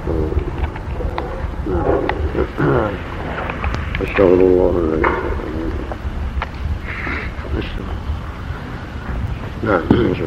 استغفر الله. نعم.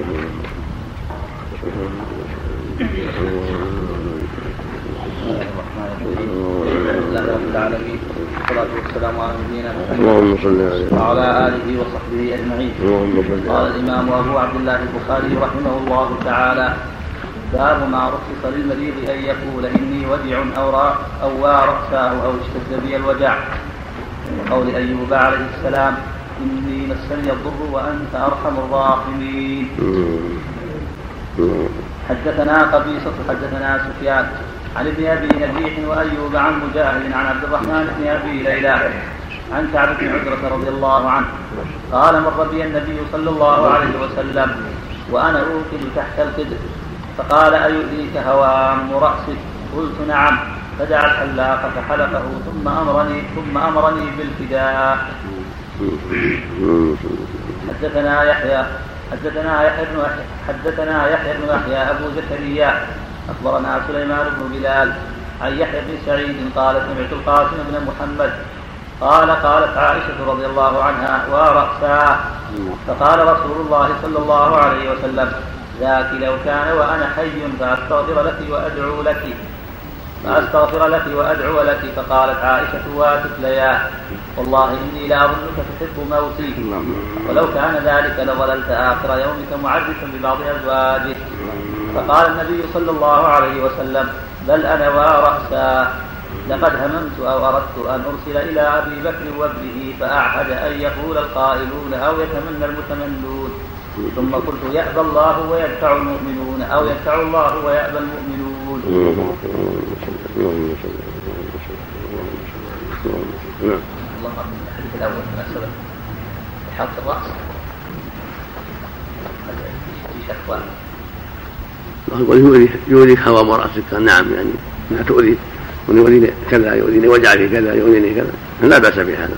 العالمين والصلاة والسلام على نبينا محمد اللهم صل عليه وعلى آله وصحبه أجمعين. قال الإمام أبو عبد الله البخاري رحمه الله تعالى: باب ما رخص للمريض أن يقول إني وجع أو رأساه أو اشتد بي الوجع، وقول أيوب عليه السلام: إني مسني الضر وأنت أرحم الراحمين. حدثنا قبيصة حدثنا سفيان عن ابن أبي نجيح وأيوب عن مجاهد عن عبد الرحمن بن أبي ليلى عن كعب بن عجرة رضي الله عنه قال: مر بي النبي صلى الله عليه وسلم وأنا أوكل تحت القدر، فقال: أيؤذيك هوام رأسك؟ قلت: نعم. فدعا الحلاق فحلقه ثم أمرني بالفداء. حدثنا يحيى بن يحيى أبو زكريا أخبرنا سليمان بن بلال عن يحيى بن سعيد قال: سمعت القاسم بن محمد قالت عائشة رضي الله عنها: ورأساه. فقال رسول الله صلى الله عليه وسلم: ذاك لو كان وأنا حي فأستغفر لك وأدعو لك. فقالت عائشة: واتفليا، والله إني لأظنك تحب موتي، ولو كان ذلك لظللت آخر يومك معرفا ببعض أزواجه. فقال النبي صلى الله عليه وسلم: بل أنا ورأساه، لقد هممت أو أردت أن أرسل إلى أبي بكر وابنه فأعهد أن يقول القائلون أو يتمنى المتمنون، ثم قلت: يأبى الله ويدفع المؤمنون، أو يدفع الله ويأبى المؤمنون. اللهم الحديث الأول من السبب حط الرأس في شكوى يؤذيك هوام رأسك. نعم، يعني لا تؤذي، يؤذيني كذا، يؤذيني وجع في كذا، يؤذيني كذا، لا بأس بهذا.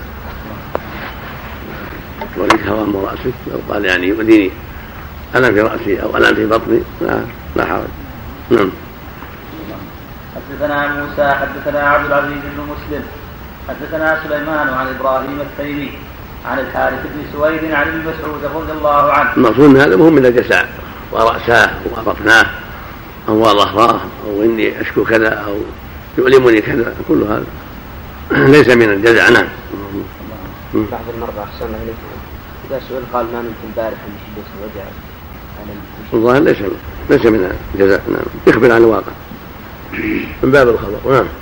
يؤذيك هوام رأسك، لو قال يعني يؤذيني ألم في رأسي أو ألم في بطني لا حرج. نعم. حدثنا موسى حدثنا عبد العزيز بن مسلم حدثنا سليمان عن إبراهيم التيمي عن الحارث بن سويد عن ابن مسعود رضي الله عنه. المقصود من هذا مهم من الجزع ورأساه وبطناه أو ظهراه أو إني أشكو كذا أو يؤلمني كذا، كل هذا ليس من الجزع. نعم. بعض المرضى أحسن إليكم إذا سئل قال: ما نمت البارحة من شدة الوجع؟ الظاهر ليس من الجزع. نعم، يخبر عن الواقع من باب الخبر. نعم.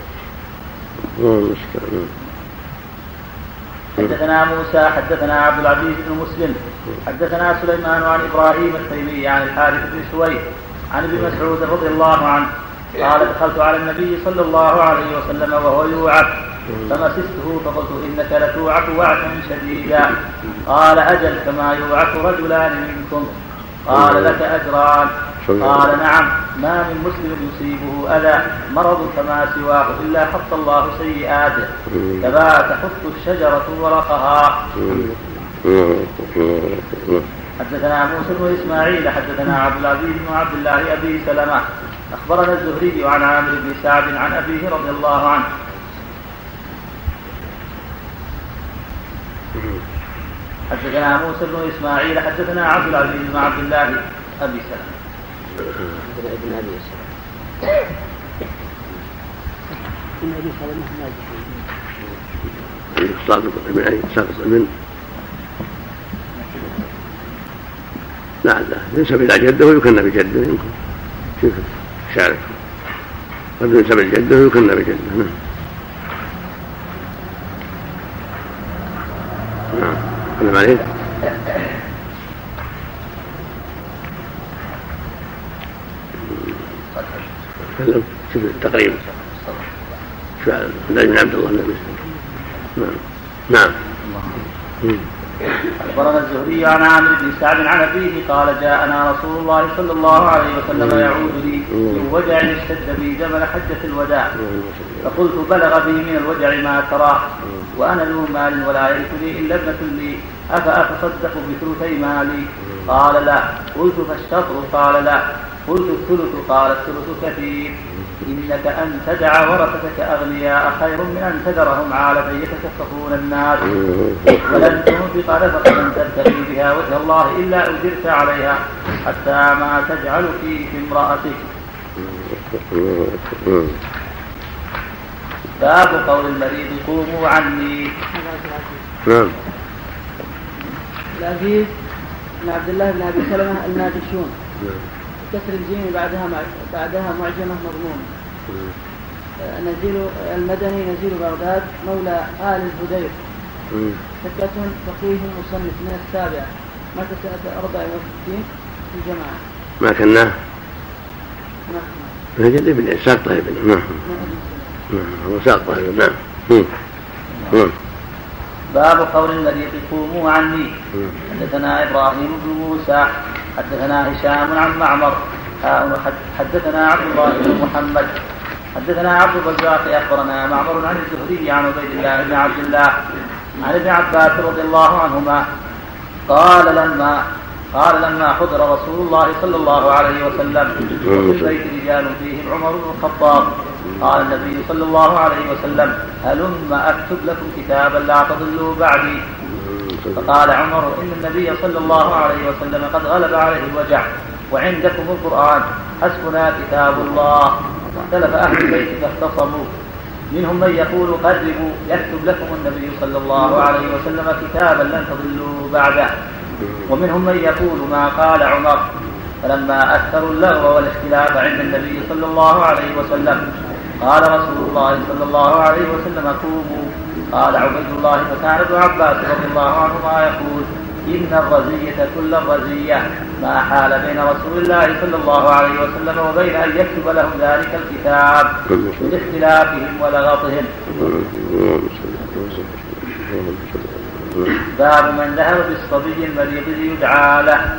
حدثنا موسى حدثنا عبد العزيز بن مسلم حدثنا سليمان عن إبراهيم التيمي عن الحارث بن سويد عن ابن مسعود رضي الله عنه قال: دخلت على النبي صلى الله عليه وسلم وهو يوعك فمسسته فقلت: إنك لتوعك وعكا شديدا. قال: أجل، كما يوعك رجلان منكم. قال: لك أجران. قال: نعم. ما من مسلم يصيبه أذى مرض كما سواه إلا حط الله سيئاته كما تحط الشجرة ورقها. حدثنا موسى بن إسماعيل حدثنا عبد العزيز بن عبد الله أبي سلمة أخبرنا الزهري عن عامر بن سعد عن أبيه رضي الله عنه. حدثنا موسى بن إسماعيل حدثنا عبد العزيز بن عبد الله أبي سلمة ابن أبي سلمة لا ينسب إلى جده ويكن بجده، يمكن شارك قد ينسب إلى جده ويكن بجده. نعم. قلنا عليه شوف التقريب فعلا بن عبد الله بن مسلم. نعم. أخبرنا الزهري عن عامر بن سعد عن أبيه قال: جاءنا رسول الله صلى الله عليه وسلم يعودني من وجع اشتد بي زمن حجة الوداع، فقلت: بلغ بي من الوجع ما ترى وأنا ذو مال ولا يرثني إلا ابنة لي، أفأتصدق بثلثي مالي؟ قال: لا. قلت: فالشطر؟ قال: لا. قلت الثلث. قال الثلث كثير. إنك أن تدع ورثتك أغنياء خير من أن تذرهم عالة يتكففون الناس. ولن تنفق نفقة تبتغي بها وجه الله إلا أجرت عليها حتى ما تجعل في امرأتك. باب قول المريض قوموا عني. العزيز بن عبد الله بن أبي سلمة الماجشون كسر الجيم بعدها معجمة مضمون. نزيل المدني نزيل بغداد مولى آل الهدير ثقة فقيه مصنف من السابعة مات سنة 64 في الجماعة. ما كناه نجد ابن إسحاق طيب. نعم هو ساق طيب. نعم. باب قول المريض قوموا عني. حدثنا إبراهيم بن موسى حدثنا هشام عن معمر حدثنا عبد الله بن محمد حدثنا عبد الرزاق أخبرنا معمر عن الزهري عن عبيد الله بن عبد الله عن ابن عباس رضي الله عنهما قال لما حضر رسول الله صلى الله عليه وسلم وفي البيت رجال فيهم عمر بن الخطاب قال النبي صلى الله عليه وسلم هلم أكتب لكم كتابا لا تضلوا بعدي. فقال عمر إن النبي صلى الله عليه وسلم قد غلب عليه الوجع وعندكم القرآن حسبنا كتاب الله. واختلف أهل البيت فاختصموا منهم من يقول قربوا يكتب لكم النبي صلى الله عليه وسلم كتابا لن تضلوا بعده ومنهم من يقول ما قال عمر. فلما أكثروا اللغو والاختلاف عند النبي صلى الله عليه وسلم قال رسول الله صلى الله عليه وسلم قوموا. قال عبيد الله فكان ابن عباس رضي الله عنهما يقول إن الرزية كل الرزية ما حال بين رسول الله صلى الله عليه وسلم وبين أن يكتب لهم ذلك الكتاب من اختلافهم ولغطهم. باب من ذهب بالصبي المريض ليدعى له.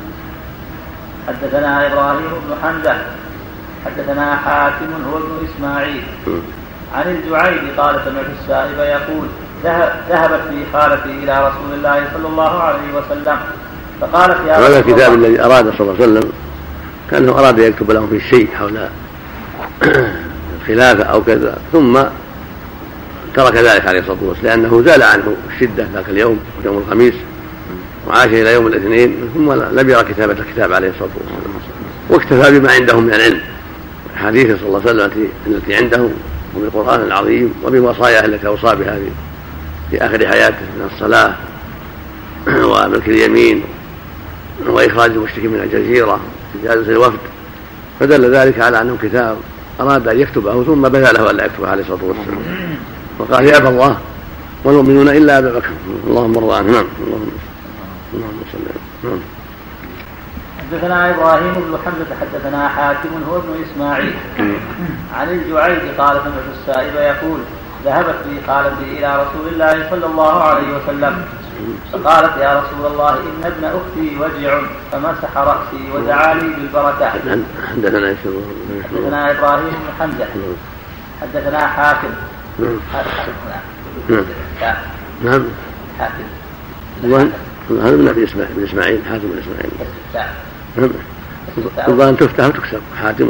حدثنا إبراهيم بن حمزة حدثنا حاتم هو ابن إسماعيل عن الجعيد قال سمعت السائب يقول ذهبت في خالتي إلى رسول الله صلى الله عليه وسلم فقالت يا رسول الله. هذا الكتاب الذي أراد صلى الله عليه وسلم كأنه أراد يكتب لهم في الشيء حول الخلافة أو كذا ثم ترك ذلك عليه الصلاة والسلام لأنه زال عنه الشدة ذاك اليوم الخميس وعاش إلى يوم الاثنين ثم لم يرى كتابة الكتاب عليه الصلاة والسلام واكتفى بما عندهم من العلم حديث صلى الله عليه وسلم التي عنده وبالقرآن العظيم وبوصاياه التي أوصى بها في آخر حياته من الصلاة وملك اليمين وإخراج المشركين من الجزيرة إجازة الوفد فدل ذلك على أنه كتاب أراد أن يكتبه ثم بدا له ألا يكتبه عليه الصلاة والسلام وقال يا أبا الله والمؤمنون إلا أبا بكر اللهم ارضى عنه. نعم اللهم صل على. حدثنا إبراهيم بن حمزة حدثنا حاتم هو ابن إسماعيل عن الجعيد قال سمعت السائب يقول ذهبت في خالتي إلى رسول الله صلى الله عليه وسلم فقالت يا رسول الله إن ابن أختي وجع فمسح رأسي ودعا لي بالبركة. حدثنا إبراهيم بن حمزة حدثنا حاتم نعم حاتم هذا من أبي إسماعيل حاتم بن إسماعيل الله أن تفتح وتكسر حاتم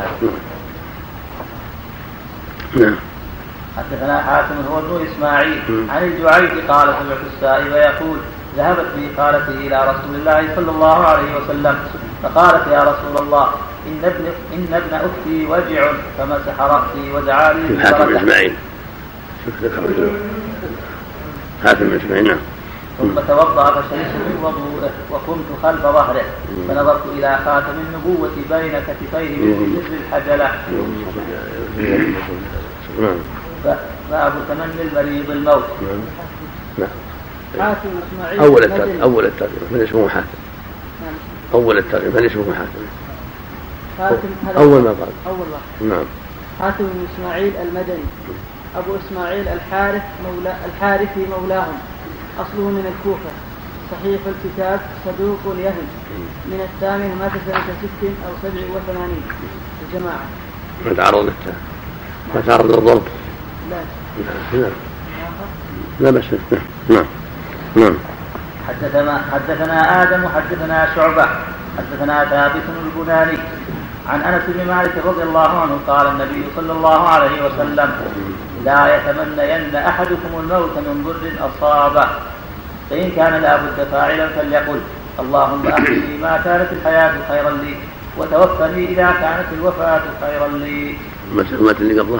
نعم. حدثنا حاتم هو ابن إسماعيل عن الجعيد قال سمعت السائب يقول ذهبت بي خالتي إلى رسول الله صلى الله عليه وسلم فقالت يا رسول الله إن ابن أختي وجع فمسح رأسي ودعا لي بالبركة. حاتم بن إسماعيل حاتم بن إسماعيل نعم. ثم توضأ فشربت من وضوءه وقمت خلف ظهره فنظرت إلى خاتم النبوة بين كتفيه من سر الحجلة. باب تمني المريض الموت. حاتم إسماعيل أول الترجمة من اسمه حاتم أول الترجمة من اسمه حاتم أول ما قال نعم. حاتم بن إسماعيل المدني أبو إسماعيل الحارثي مولاهم أصله من الكوفة صحيح الكتاب صدوق يهم من الثامن مات سنة 6 أو 87 الجماعة. ما تعرض للضرب لا بس نعم. حدثنا آدم حدثنا شعبة حدثنا ثابت البناني عن أنس بن مالك رضي الله عنه قال النبي صلى الله عليه وسلم لا يتمنين أحدكم الموت من ضر أصابه فإن كان لا بد فاعلا فليقل اللهم أحيني ما كانت الحياة خيرا لي وتوفني إذا كانت الوفاة خيرا لي. مثل اللي قبله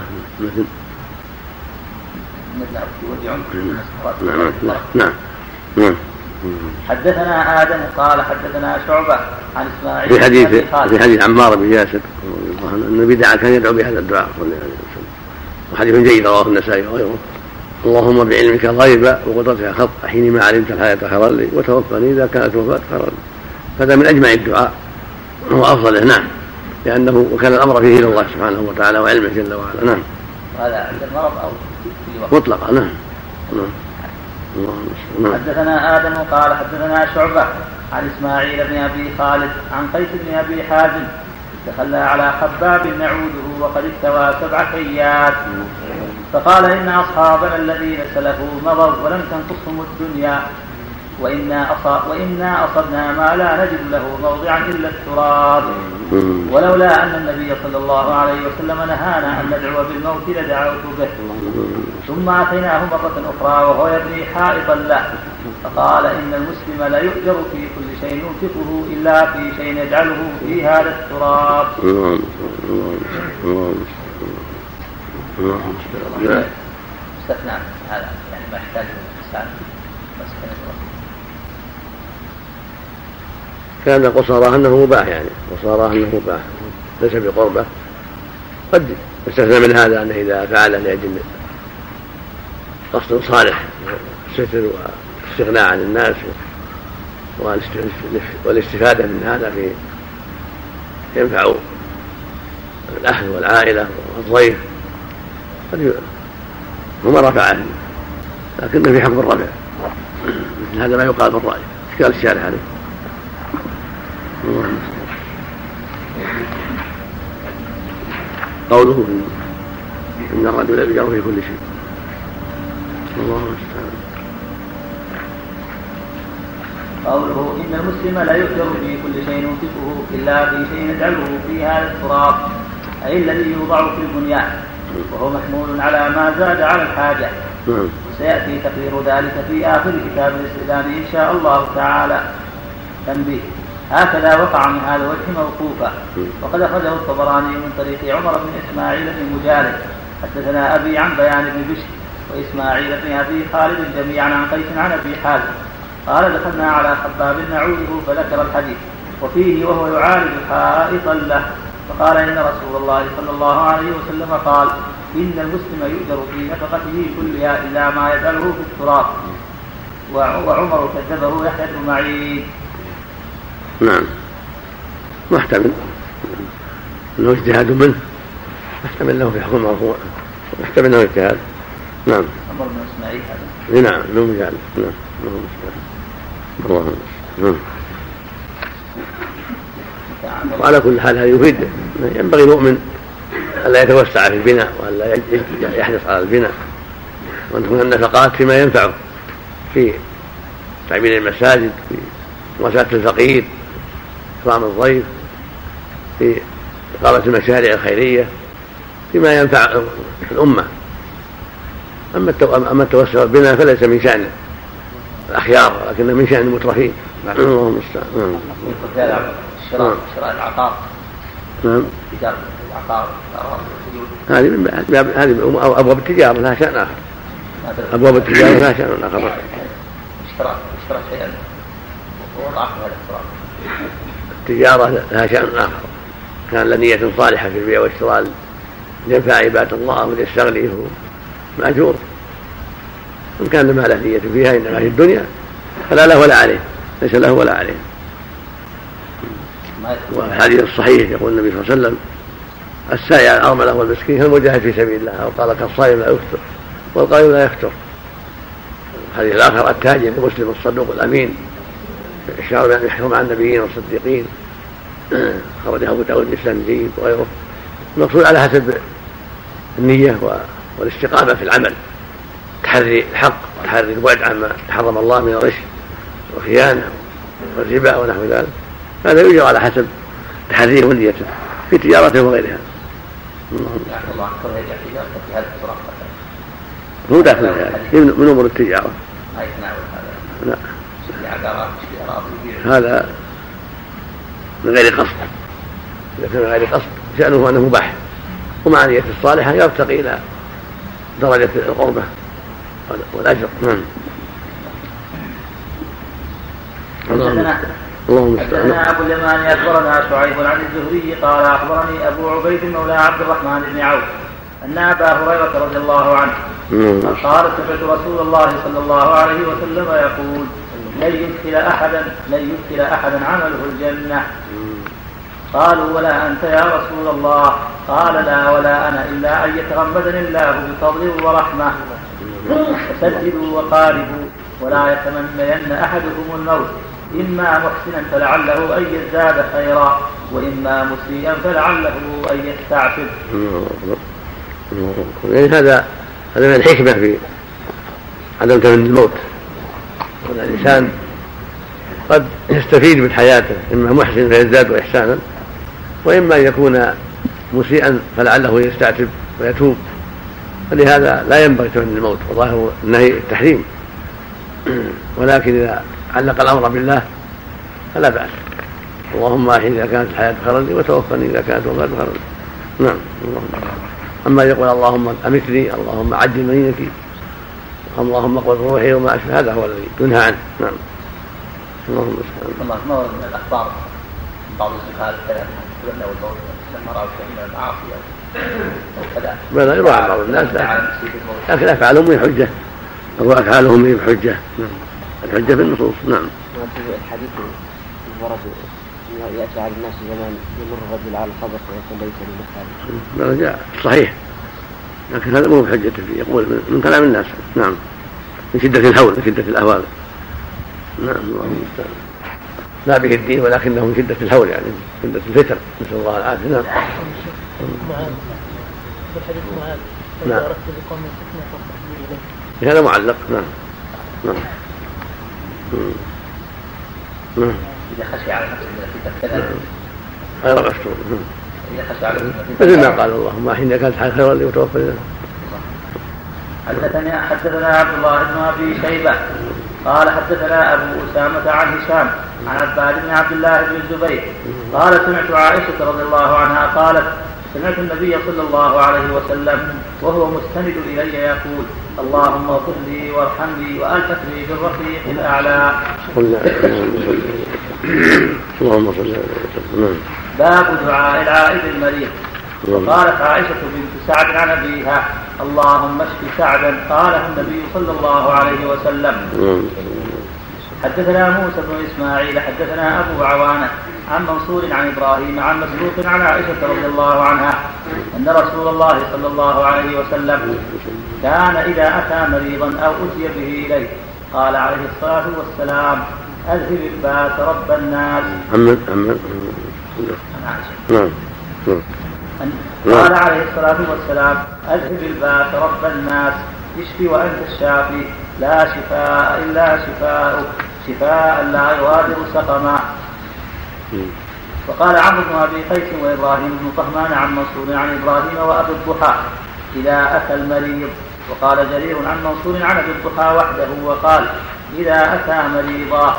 نعم. حدثنا آدم قال حدثنا شعبة عن إسماعيل في حديث عمار بن ياسر النبي دعا كان يدعو بهذا الدعاء صلى الله عليه وسلم وحديث جيد رواه النسائي وغيره اللهم بعلمك الغيب وقدرتك خط أحيني ما علمت الحياة خيرا لي وتوفني إذا كانت الوفاة خيرا لي. هذا من أجمع الدعاء وأفضله. نعم لأنه وكان الأمر فيه إلى الله سبحانه وتعالى وعلمه جل وعلا. نعم هذا عند المرض أو مطلقا. نعم. حدثنا آدم قال حدثنا شعبة عن إسماعيل بن أبي خالد عن قيس بن أبي حازم دخلنا على خباب نعوده وقد استوى 7 كيات فقال إن أصحابنا الذين سلفوا مضوا ولم تنقصهم الدنيا وإنا أصبنا ما لا نجد له موضعا إلا التراب ولولا أن النبي صلى الله عليه وسلم نهانا أن ندعو بالموت لدعوت به. ثم أتيناه مرة أخرى وهو يبني حائطا له فقال إن المسلم لا يؤجر في كل شيء ينفقه إلا في شيء يجعله في هذا التراب. استثنى هذا يعني ما يحتاج الإنسان كان قصارى أنه مباح يعني قصارى أنه مباح ليس بقربة قد استثنى من هذا أنه إذا فعل لأجل قصد صالح الستر والاستغناء عن الناس والاستفادة من هذا في ينفع الأهل والعائلة والضيف وما رفعه لكنه في حكم الرفع مثل هذا ما يقال بالرأي اشكال الشارع عليه. قوله إن الرجل يؤجر في كل شيء الله المستعان. قوله إن المسلم لا يؤجر في كل شيء ينفقه إلا في شيء يجعله في هذا التراب أي الذي يوضع في البنيان وهو محمول على ما زاد على الحاجة. وسيأتي تقرير ذلك في آخر كتاب الاستئذان إن شاء الله تعالى. تنبيه هكذا وقع من هذا الوجه موقوفا وقد أخرجه الطبراني من طريق عمر بن إسماعيل بن مجالد حدثنا أبي عن بيان بن بشر وإسماعيل بن أبي خالد جميعا عن قيس عن أبي حازم قال دخلنا على خباب نعوده فذكر الحديث وفيه وهو يعالج حائطا له فقال إن رسول الله صلى الله عليه وسلم قال إن المسلم يؤجر في نفقته كلها إلا ما يجعله في التراب. وعمر كذبه يحيى بن معين. نعم محتمل انه اجتهاد منه محتمل له في حكم مرفوع محتمل له اجتهاد. نعم عمر بن اسماعيل هذا نعم انه مجال. نعم الله. نعم وعلى كل حال هذا يفيد ينبغي المؤمن الا يتوسع في البناء والا يحرص على البناء وان تكون النفقات فيما ينفعه في تعمير المساجد في مواساة الفقير إكرام الضيف في إقامة المشاريع الخيرية فيما ينفع الأمة. أما التوسع بالبناء فليس من شأن الأخيار ولكنه من شأن المترفين. الله المستعان. شراء العقار. نعم العقار هذه أبواب التجارة لها شأن آخر. أبواب التجارة لها شأن آخر. اشترى شيئا ووضعه هذا التراب. التجارة لها شأن آخر كان له نية صالحة في البيع والشراء لينفع عباد الله وليستغني هو مأجور. إن كان ما له نية فيها إنما في الدنيا فلا له ولا عليه ليس له ولا عليه. والحديث الصحيح يقول النبي صلى الله عليه وسلم السائل على الأرملة والمسكين كالمجاهد في سبيل الله أو قال كالصائم لا يفطر والقائم لا يفطر. الحديث الآخر التاجر المسلم الصدوق الأمين الشعر بأن يحكم مع النبيين والصديقين خرجه أبو داود الإسلامي وغيره. المقصود على حسب النية والاستقامة في العمل تحري الحق وتحري البعد عما حرم الله من الغش والخيانة والربا ونحو ذلك هذا يجرى على حسب تحريه ونيته في تجارته وغيرها. هو داخل من أمور التجارة. لا هذا من غير قصد. إذا كان من غير قصد شأنه أنه مباح، ومع نية الصالحة يرتقي إلى درجة القربة والأجر. نعم. اللهم حدثنا أبو اليمان أخبرنا شعيب عن الزهري قال أخبرني أبو عبيد مولى عبد الرحمن بن عوف أن أبا هريرة رضي الله عنه قال سمعت رسول الله صلى الله عليه وسلم يقول لن يدخل أحدا عمله الجنة. قالوا ولا أنت يا رسول الله؟ قال لا ولا أنا إلا أن يتغمدني الله بفضل ورحمة. فسددوا وقاربوا ولا يتمنين أحدكم الموت، إما محسنا فلعله أن يزداد خيرا وإما مسيئا فلعله أن يستعفف. يعني هذا من الحكمة في عدم تمني الموت. الإنسان قد يستفيد من حياته، إما محسن فيزداد إحسانا، وإما أن يكون مسيئا فلعله يستعتب ويتوب. فلهذا لا ينبغي تمني الموت، وظاهر النهي التحريم، ولكن إذا علق الأمر بالله فلا بأس. اللهم أحيني إذا كانت الحياة خيرا لي وتوفني إذا كانت الوفاة خيرا لي. نعم. أما يقول اللهم أمتني، اللهم عجل منيتي، اللهم اقبل روحي وما أشبه، هذا هو الذي ينهى عنه. نعم. اللهم الله ما ورد من الأخبار بعض الزكاة الثلاثة والنوى والبول والسمراء والشمال والعافية وكذا. بل يروى بعض الناس لكن أفعالهم هي حجة، أو أفعالهم هي بحجة. الحجة في النصوص. نعم. الحديث ورد يأتي على الناس زمان يمر الرجل على القبر ويقول ليس لي مكان. هذا جاء صحيح، لكن هذا مو بحجة فيه، يقول من كلام الناس. نعم. من شدة الهول، من شدة الأهوال. نعم. الله المستعان. لا به الدين ولكنه من شدة الهول، يعني شدة الفتر، نسأل الله العافية. نعم. نعم. هذا معلق. نعم. نعم. نعم. إذا خشي على نفسه كذا غير مفتون. إذا خشي على مثل ما قال اللهم أحيني كانت حياة خيرا لي وتوفني. حدثنا عبد الله بن أبي شيبة قال حدثنا أبو أسامة عن هشام عن عباد بن عبد الله بن الزبير قال سمعت عائشة رضي الله عنها قالت سمعت النبي صلى الله عليه وسلم وهو مستند إلي يقول اللهم اغفر لي وارحمني وألحقني بالرفيق الأعلى. اللهم صل على وسلم. باب دعاء العائد المريض. وقالت عائشة بنت سعد عن أبيها اللهم اشف سعدا قاله النبي صلى الله عليه وسلم. حدثنا موسى بن إسماعيل حدثنا أبو عوانة عن منصور عن إبراهيم عن مسروق عن عائشة رضي الله عنها أن رسول الله صلى الله عليه وسلم كان إذا أتى مريضا أو أتي به إليه قال عليه الصلاة والسلام أذهب الباس رب الناس. قال عليه الصلاة والسلام أذهب الباس رب الناس اشفي وأنت الشافي لا شفاء إلا شفاءك شفاء لا يغادر سقما. وقال عمرو بن أبي قيس وإبراهيم بن طهمان عن منصور عن إبراهيم وأبي الضحى إذا أتى المريض. وقال جرير عن منصور عن أبي الضحى وحده وقال إذا أتى مريضا.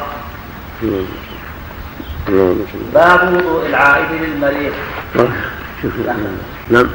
باب وضوء العائد للمريض. نعم.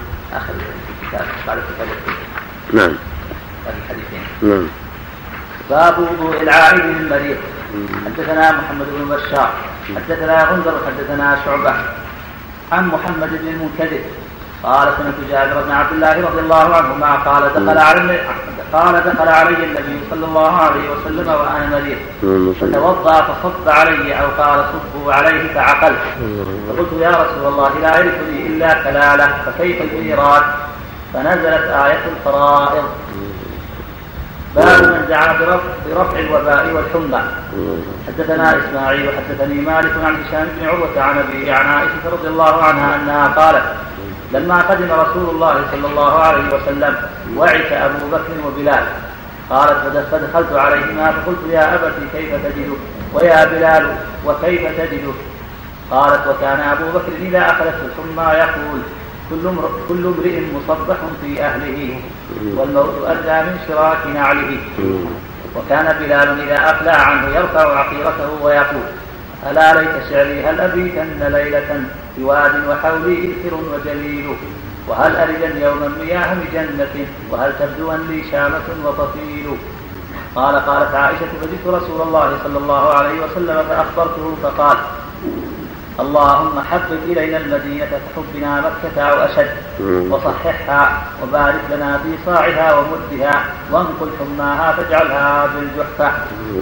نعم. نعم. باب وضوء العائد للمريض. حدثنا محمد بن بشار حدثنا غندر حدثنا شعبة عن محمد بن المنكدر قال سمعت جابر بن عبد الله رضي الله عنهما قال دخل علي النبي صلى الله عليه وسلم وأنا مريض فتوضأ فصب علي أو قال صبوا عليه فعقلت فقلت يا رسول الله لا يرثني إلا كلالة فكيف الميراث؟ فنزلت آية الفرائض. باب من دعا برفع الوباء والحمى. حدثنا إسماعيل وحدثني مالك عن هشام بن عروة عن أبيه عن عائشة رضي الله عنها أنها قالت لما قدم رسول الله صلى الله عليه وسلم وعك أبو بكر وبلال قالت فدخلت عليهما فقلت يا أبتي كيف تجدك ويا بلال وكيف تجدك؟ قالت: وكان أبو بكر إذا أخذته الحمى يقول: كل امرئ مصبح في أهله، والموت أدى من شراك نعله. وكان بلال إذا أقلع عنه يرفع عقيرته ويقول: ألا ليت شعري هل أبيتن ليلة بواد وحولي إذكر وجليل، وهل أردن يوما مياه جنة، وهل تبدون لي شامة وطفيل. قالت عائشة: فجئت رسول الله صلى الله عليه وسلم فأخبرته فقال: اللهم حبب إلينا المدينة كحبنا مكة أو أشد، وصححها وبارك لنا في صاعها ومدها، وانقل حماها فاجعلها بالجحفة.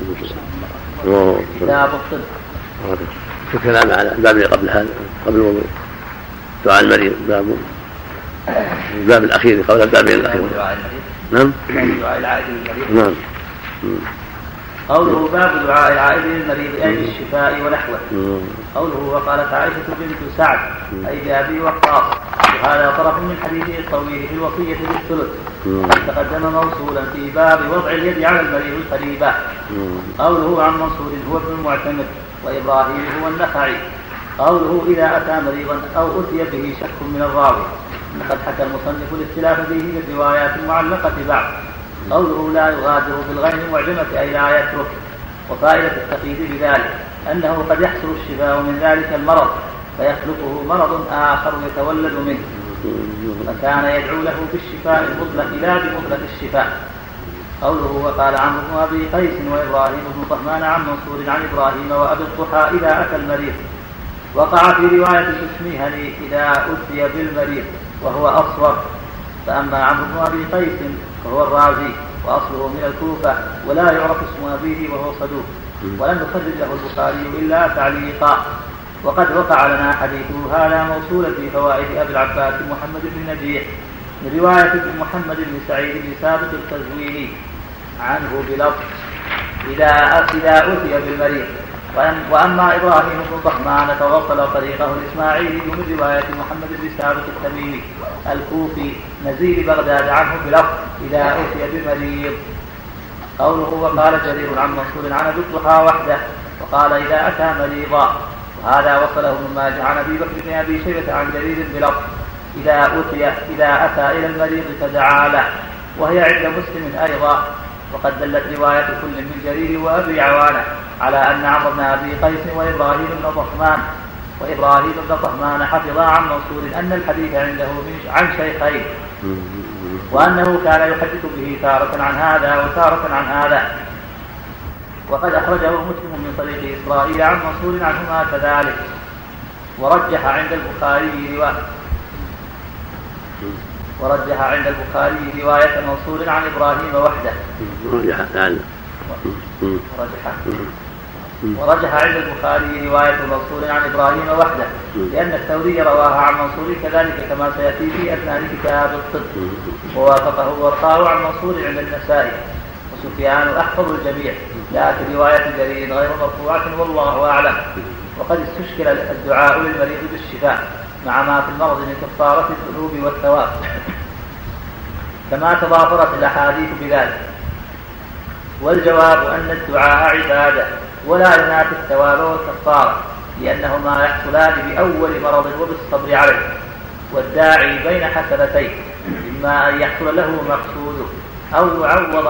كتاب الطب. في كلام على الباب قبل هذا، قبل الوضوء، دعاء المريض، الباب الأخير قبل الباب الأخير. نعم. دعاء العائد للمريض. نعم. قوله: باب دعاء العائد للمريض أي بالشفاء ونحوه. قوله: وقالت عائشة بنت سعد أي بأبي وقاص، وهذا طرف من حديثه الطويل في الوصية بالثلث، قد تقدم موصولا في باب وضع اليد على المريض القريبة. قوله: عن منصور هو ابن المعتمر، وإبراهيم هو النخعي. قوله: إذا أتى مريضا أو أتي به شك من الراوي، لقد حكى المصنف الاختلاف فيه من روايات المعلقة بعد. قوله: لا يغادر بالغين معجمة أي لا يترك. وفائدة التقييد بذلك أنه قد يحصل الشفاء من ذلك المرض فيخلقه مرض آخر يتولد منه، فكان يدعو له بالشفاء المطلق لا بمطلق الشفاء. قوله: وقال عمرو بن أبي قيس وإبراهيم بن طهمان عن منصور عن إبراهيم وأبي الضحى إذا أتى المريض. وقع في رواية الأشمهني إذا أتي بالمريض وهو أصوب. فأما عمرو بن أبي قيس فهو الرازي وأصله من الكوفة ولا يعرف اسم أبيه وهو صدوق، ولم يخرج له البخاري إلا تعليقا. وقد وقع لنا حديثه هذا موصولا في فوائد أبي العباس محمد بن نجيح من رواية ابن محمد بن سعيد بن ثابت القزويني عنه بلفظ: إذا أتي بالمريض. وأما إبراهيم بن طهمان فوصل طريقه الإسماعيلي من رواية محمد بن ثابت التميمي الكوفي نزيل بغداد عنه بلفظ: إذا أتي بالمريض. قوله: وقال جرير عن منصور عن أبي الضحى وحده، وقال: إذا أتى مريضا. وهذا وصله ابن ماجه عن أبي بكر بن أبي شيبة عن جرير بلفظ: إذا أتى إلى المريض فدعا له، وهي عند مسلم أيضا. وقد دلت رواية كل من جرير وأبي عوانة على أن عمرو بن أبي قيس وإبراهيم بن طهمان حفظا عن منصور أن الحديث عنده عن شيخين، وأنه كان يحدث به تارة عن هذا وتارة عن هذا. وقد أخرجه مسلم من طريق إسرائيل عن منصور عنهما كذلك. ورجح عند البخاري رواية منصور عن إبراهيم وحده. ورجح عند البخاري رواية منصور عن إبراهيم وحده، لأن الثوري رواها عن منصور كذلك كما سيأتي في أثناء كتاب الطب. ووافقه ورقاه عن منصور عند النسائي، وسفيان أحفظ الجميع، لكن رواية جرير غير مرفوعة والله أعلم. وقد استشكل الدعاء للمريض بالشفاء مع ما في المرض من كفارة الذنوب والثواب، كما تضافرت الأحاديث بذلك. والجواب أن الدعاء عبادة ولا ينافي الثواب والكفارة، لأنهما يحصلان بأول مرض وبالصبر عليه. والداعي بين حسنتين، إما أن يحصل له مقصوده أو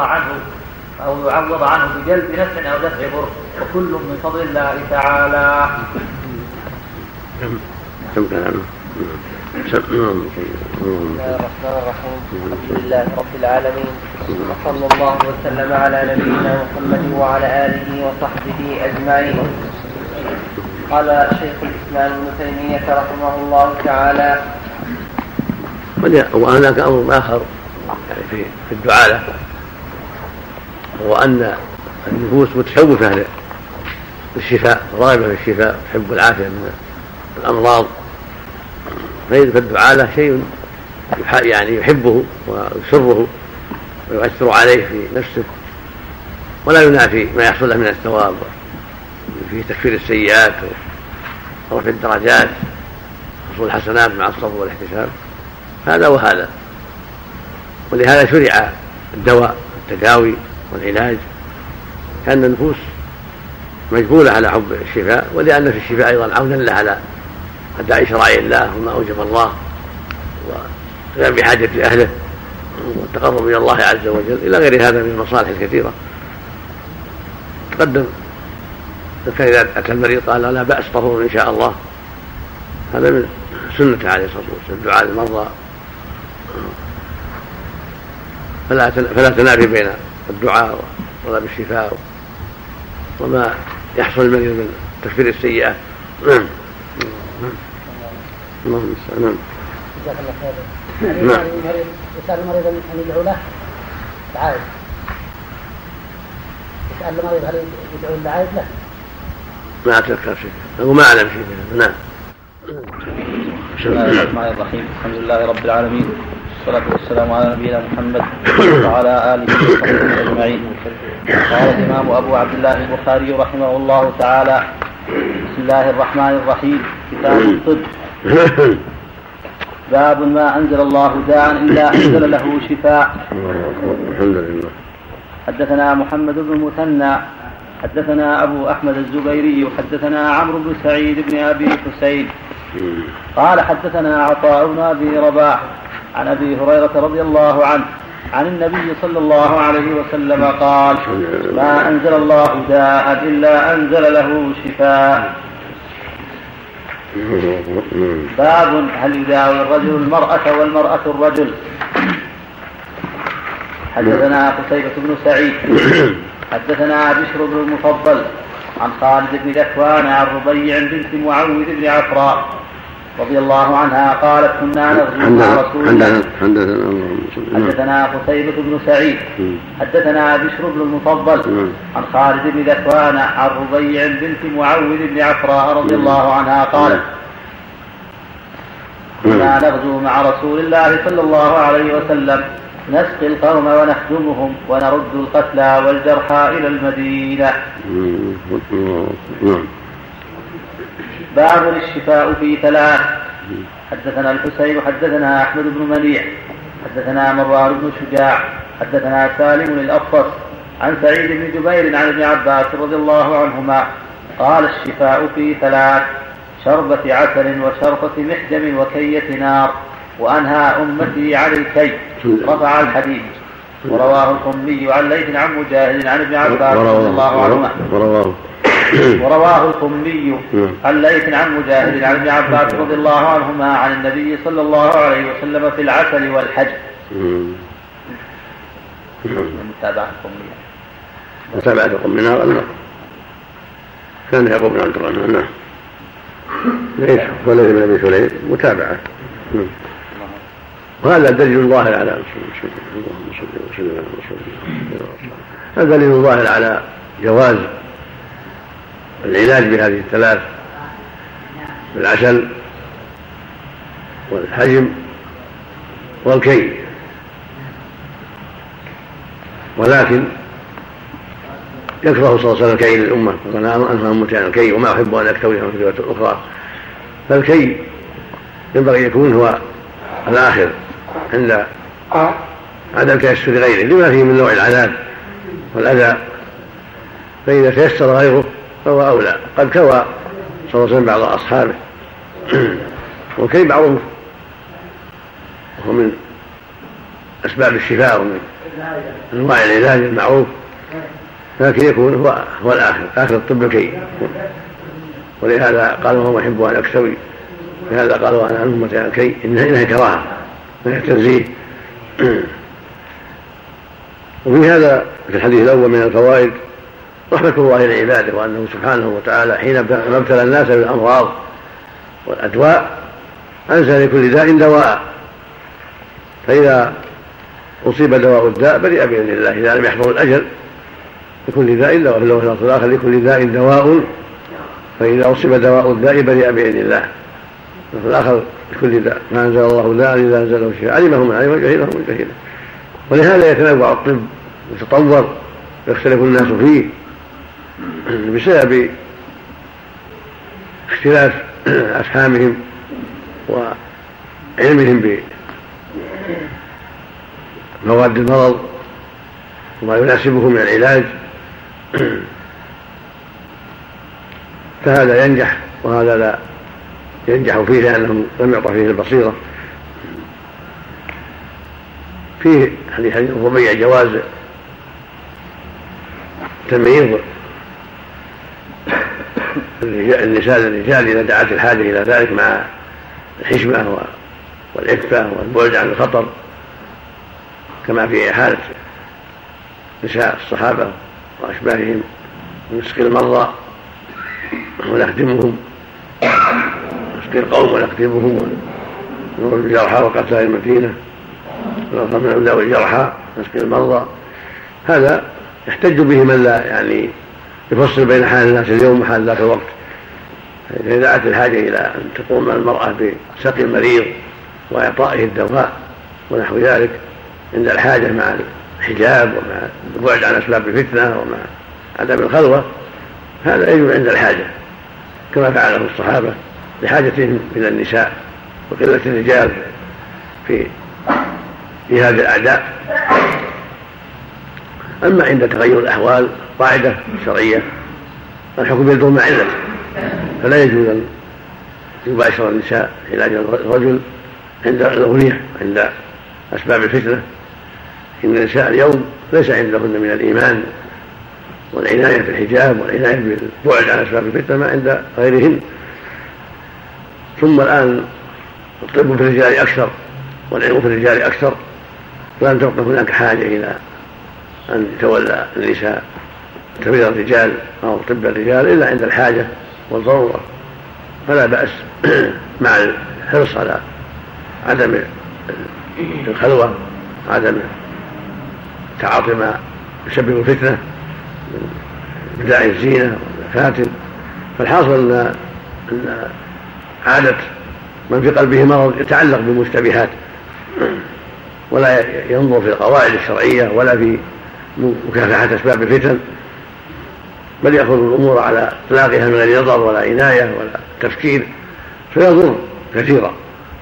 يعوض عنه بجلب نفع أو دفع ضر، وكل من فضل الله تعالى. بسم الله الرحمن الرحيم. الحمد لله رب العالمين، وصلى الله وسلم على نبينا محمد وعلى آله وصحبه أجمعين. قال شيخ الإسلام ابن تيمية رحمه الله تعالى: وهناك أمر آخر يعني في الدعاء له، هو أن النفوس متشوفة بالشفاء، راغبة في الشفاء، تحب العافية من الأمراض، فالدعاء له شيء يعني يحبه ويسره ويؤثر عليه في نفسه، ولا ينافي ما يحصل له من الثواب في تكفير السيئات ورفع الدرجات وحصول الحسنات مع الصبر والاحتساب، هذا وهذا. ولهذا شرع الدواء التداوي والعلاج، كأن النفوس مجبولة على حب الشفاء، ولأن في الشفاء أيضا عونا له على أداء شرائع الله وما أوجب الله وقيام بحاجة أهله والتقرب إلى الله عز وجل إلى غير هذا من المصالح الكثيرة. تقدم كان إذا أتى المريض قال لا بأس طهور إن شاء الله، هذا من سنة عليه الصلاة والسلام الدعاء للمرضى، فلا تنافي بين الدعاء وطلب الشفاء وما يحصل المريض من تكفير السيئة. نعم. اللهم استعان. نعم. يسأل المريض أن يدعو له العائد، يسأل المريض هل يدعو العائد له؟ ما أتذكر شيء وما أعلم شيء. نعم. بسم الله الرحمن الرحيم، الحمد لله رب العالمين، والصلاة والسلام على نبينا محمد وعلى آله وصحبه أجمعين. قال الإمام أبو عبد الله البخاري رحمه الله تعالى: بسم الله الرحمن الرحيم، كتاب الطب. باب ما أنزل الله داء إلا أنزل له شفاء. الحمد لله. حدثنا محمد بن المثنى حدثنا أبو أحمد الزبيري حدثنا عمرو بن سعيد بن أبي حسين قال حدثنا عطاء بن أبي رباح عن أبي هريرة رضي الله عنه عن النبي صلى الله عليه وسلم قال: ما أنزل الله داء إلا أنزل له شفاء. باب هل يداوي الرجل المرأة والمرأة الرجل. حدثنا قتيبة بن سعيد حدثنا بشر بن المفضل عن خالد بن ذكوان عن ربيع بنت معوذ بن عفراء رضي الله عنها قالت: كنا نغزو مع رسول الله. حدثنا قتيبة بن سعيد حدثنا بشر بن المفضل عن خالد بن ذكوان عن ربيع بنت معوذ بن عفراء رضي الله عنها قالت: كنا نغزو مع رسول الله صلى الله عليه وسلم نسقي القوم ونخدمهم ونرد القتلى والجرحى إلى المدينة. باب الشفاء في ثلاث. حدثنا الحسين حدثنا أحمد بن منيع حدثنا مروان بن شجاع حدثنا سالم الأفص عن سعيد بن جبير عن ابن عباس رضي الله عنهما قال: الشفاء في ثلاث: شربة عسل وشربة محجم وكية نار، وأنهى أمتي عن الكي. رفع الحديث. ورواه القمي عن ليث عن مجاهد عن ابن عباس رضي الله عنهما. ورواه القمي عن ليث عن مجاهد عن ابن عباس رضي الله عنهما عن النبي صلى الله عليه وسلم في العسل والحج. متابعة القمي نار كان يقوم من عبد الرحمن. نعم. ليش وليث بن أبي سليم متابعة. وهذا دليل ظاهر على هذا دليل ظاهر على جواز العلاج بهذه الثلاث: بالعسل والحجم والكي. ولكن يكره صلى الله عليه وسلم الكي للأمة، فقال: أنهى أمتي عن الكي وما أحب أن أكتويها في رواية أخرى. فالكي ينبغي يكون هو الآخر عند عدم تيسر غيره لما فيه من نوع العذاب والأذى، فإذا تيسر غيره فهو أولى. قد كوى صلى الله عليه وسلم بعض أصحابه، والكي معروف وهو من أسباب الشفاء ومن أنواع العلاج المعروف، لكن يكون هو الآخر، آخر الطب الكي. ولهذا قال: وهو يحب أن أكتوي. لهذا قالوا: أنا أمتي عن الكي إنها كراهة من التنزيه. وفي هذا في الحديث الأول من الفوائد رحمة الله لعباده، وأنه سبحانه وتعالى حين ابتلى الناس بالأمراض والأدواء أنزل لكل داء دواء، فإذا أصيب دواء الداء برئ بإذن الله إذا لم يحضر الأجل. لكل داء دواء، في اللفظ الآخر: لكل داء دواء، فإذا أصيب دواء الداء برئ بإذن الله. وفي الآخر: لكل داء ما أنزل الله داء إذا أنزله شفاء، علمه من علم وجهله من جهله. ولهذا يتنوع الطب ويتطور ويختلف الناس فيه بسبب اختلاف أفهامهم وعلمهم بمواد المرض وما يناسبه من العلاج. فهذا ينجح وهذا لا ينجح فيه لأنه لم يعطى فيه البصيرة. فيه حديث الربيع جواز تمييز النساء للرجال إذا دعت الحاجة إلى ذلك مع الحشمة والعفة والبعد عن الخطر، كما في حالة نساء الصحابة وأشباههم نسقي المرضى ونخدمهم، نسقي القوم ونخدمهم، ونور الجرحى وقتلى المدينة ونرحم ذوي الجرحى نسقي المرضى. هذا يحتج به من لا يعني يفصل بين حال الناس اليوم وحال ذاك الوقت. إذا دعت الحاجة إلى أن تقوم المرأة بسقي المريض وإعطائه الدواء ونحو ذلك عند الحاجة مع الحجاب ومع البعد عن أسباب الفتنة ومع عدم الخلوة، هذا يجب عند الحاجة كما فعله الصحابة لحاجتهم إلى النساء وقلة الرجال في هذه الأعداء. أما عند تغير الأحوال قاعدة شرعية الحكم يدور مع علته، فلا يجوز أن يباشر النساء علاج الرجل عند الأغنية عند أسباب الفتنة. إن النساء اليوم ليس عندهن من الإيمان والعناية في الحجاب والعناية بالبعد عن أسباب الفتنة ما عند غيرهن. ثم الآن الطب في الرجال أكثر والعلم في الرجال أكثر، فلم تبقى هناك حاجة إلى أن يتولى النساء تمريض الرجال أو طب الرجال إلا عند الحاجة والضرورة، فلا بأس مع الحرص على عدم الخلوة وعدم تعاطي ما يسبب الفتنة من بداعي الزينة والمفاتن. فالحاصل أن عادة من في قلبه مرض يتعلق بالمشتبهات ولا ينظر في القواعد الشرعية ولا في مكافحة أسباب الفتن، بل يأخذ الأمور على إطلاقها من غير نظر ولا عناية ولا تفكير فيضر كثيرا.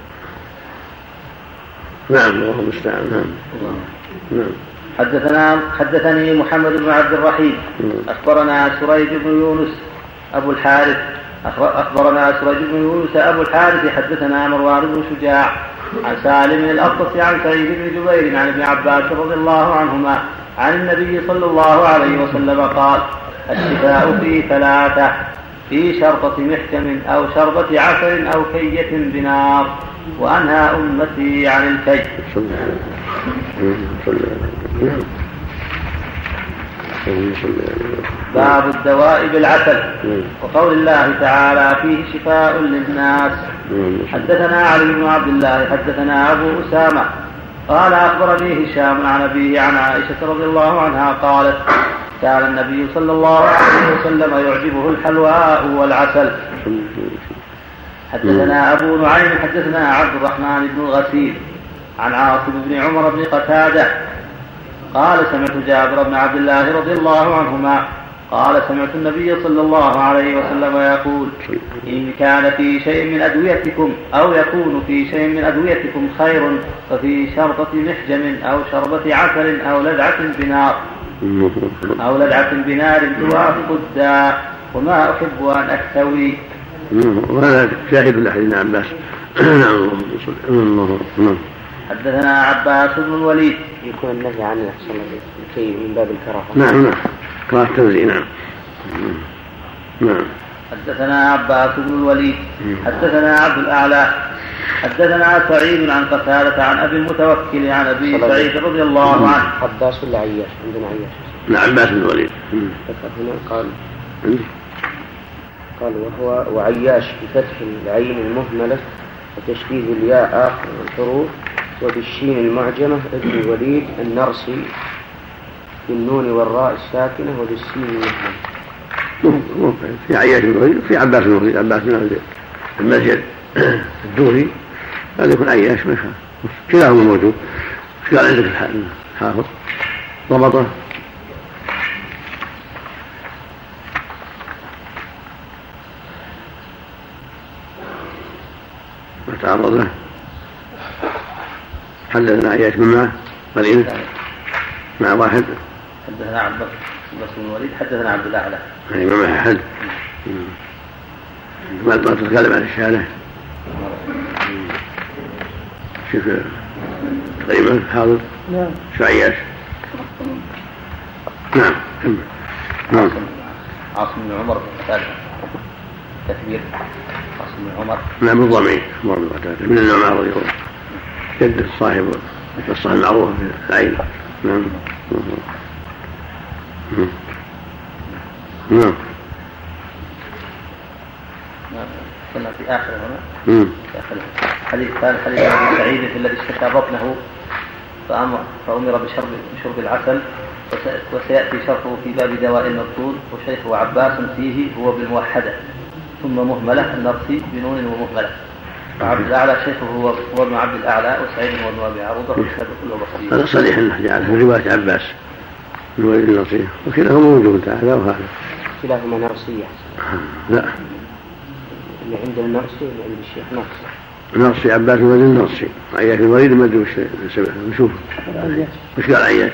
نعم الله المستعان. نعم. حدثني محمد بن عبد الرحيم أخبرنا سريج بن يونس أبو الحارث حدثنا مروان بن شجاع عن سالم الأقطس عن سعيد بن جبير عن ابن عباس رضي الله عنهما عن النبي صلى الله عليه وسلم قال: الشفاء في ثلاثة: في شرطة محكم أو شربة عسل أو كية بنار، وأنهى أمتي عن الكي. باب الدواء بالعسل. وقول الله تعالى: فيه شفاء للناس. حدثنا علي بن عبد الله حدثنا أبو أسامة قال أخبرني هشام عن أبيه عن عائشة رضي الله عنها قالت: كان النبي صلى الله عليه وسلم يعجبه الحلواء والعسل. حدثنا أبو نعيم حدثنا عبد الرحمن بن الغسيل عن عاصم بن عمر بن قتادة قال: سمعت جابر بن عبد الله رضي الله عنهما قال: سمعت النبي صلى الله عليه وسلم يقول: إن كان في شيء من أدويتكم أو يكون في شيء من أدويتكم خير ففي شرطة محجم أو شربة عسل أو لدعة بنار توافق الداء، وما أحب أن أكتوي. وهذا شاهد لحديث عباس. حدثنا عباس بن الوليد. يكون النهي عن الحصول الكي من باب الكراهة. نعم كراهة التنزيه. نعم. حدثنا عباس بن الوليد حدثنا عبد الأعلى حدثنا سعيد عن قتادة عن أبي المتوكل عن أبي سعيد رضي الله عنه. عباس ولا عياش؟ عندنا عياش. نعم عباس بن الوليد. هنا قال وهو وعياش بفتح العين المهملة وتشديد الياء آخر الحروف وبالشين المعجمة ابن الوليد النرسي بالنون والراء الساكنة وبالسين المهملة. في عياش بن الوليد في عباس بن الوليد. عباس بن المسجد الدوري هذا يكون عياش ما يخالف، كلاهما موجود. قال عندك الحافظ ضبطه. تعرض له. حدثنا عياش من معه قليل مع واحد. حدثنا عباس بن الوليد حدثنا عبد الأعلى يعني ما معه أحد. ما تتكلم عن الشهادة شوف تقريبا حاضر. نعم. شو عياش؟ نعم. نعم. عاصم بن عمر تكبير عاصم بن عمر. نعم بالضمير عمر بن قتادة من النعمان رضي الله عنه جد صاحب القصة المعروفة في العين. نعم. نعم. كنا في آخر هنا حديث ثالث حديث أبي سعيد الذي اشتكى بطنه فأمر بشرب العسل وسيأتي شرحه في باب دواء المبطون وشيخه عباس فيه هو بالموحدة ثم مهملة النرسي بنون ومهملة وعبد الأعلى شيخه هو ابن عبد الأعلى وسعيد هو ابن أبي عروبة والشهادة كله بصير. هذا صريح أنه جعله في رواية عباس من وليد النرسي وكلاهما موجود هذا وهذا. كلاهما نرسية. لا. اللي عند النرسي اللي عند الشيخ نرسي عباس وليد النرسي عياش الوليد ما أدري وش سببه نشوف. وش قال عياش؟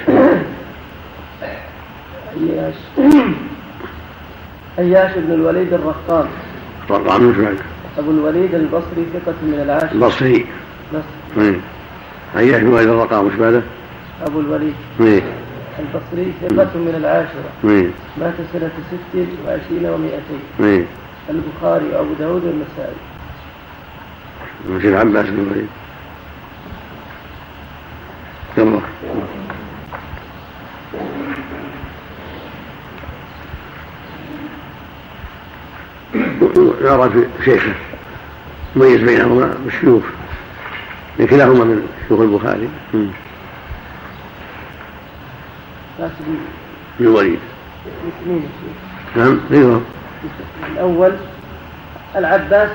عياش بن الوليد الرقام. الرقام مش معك. أبو الوليد البصري ثقة من العاشرة. البصري. عياش بن الوليد الرقام مش بعده؟ أبو الوليد البصري ثقة من العاشرة. مات سنة 26 و200. البخاري وأبو داود والنسائي. مشير عباس بن الوليد. يلا. يرى في شيخه مميز بينهما بالشيوخ كلاهما من شيوخ البخاري. بن الوليد. نعم. الأول العباس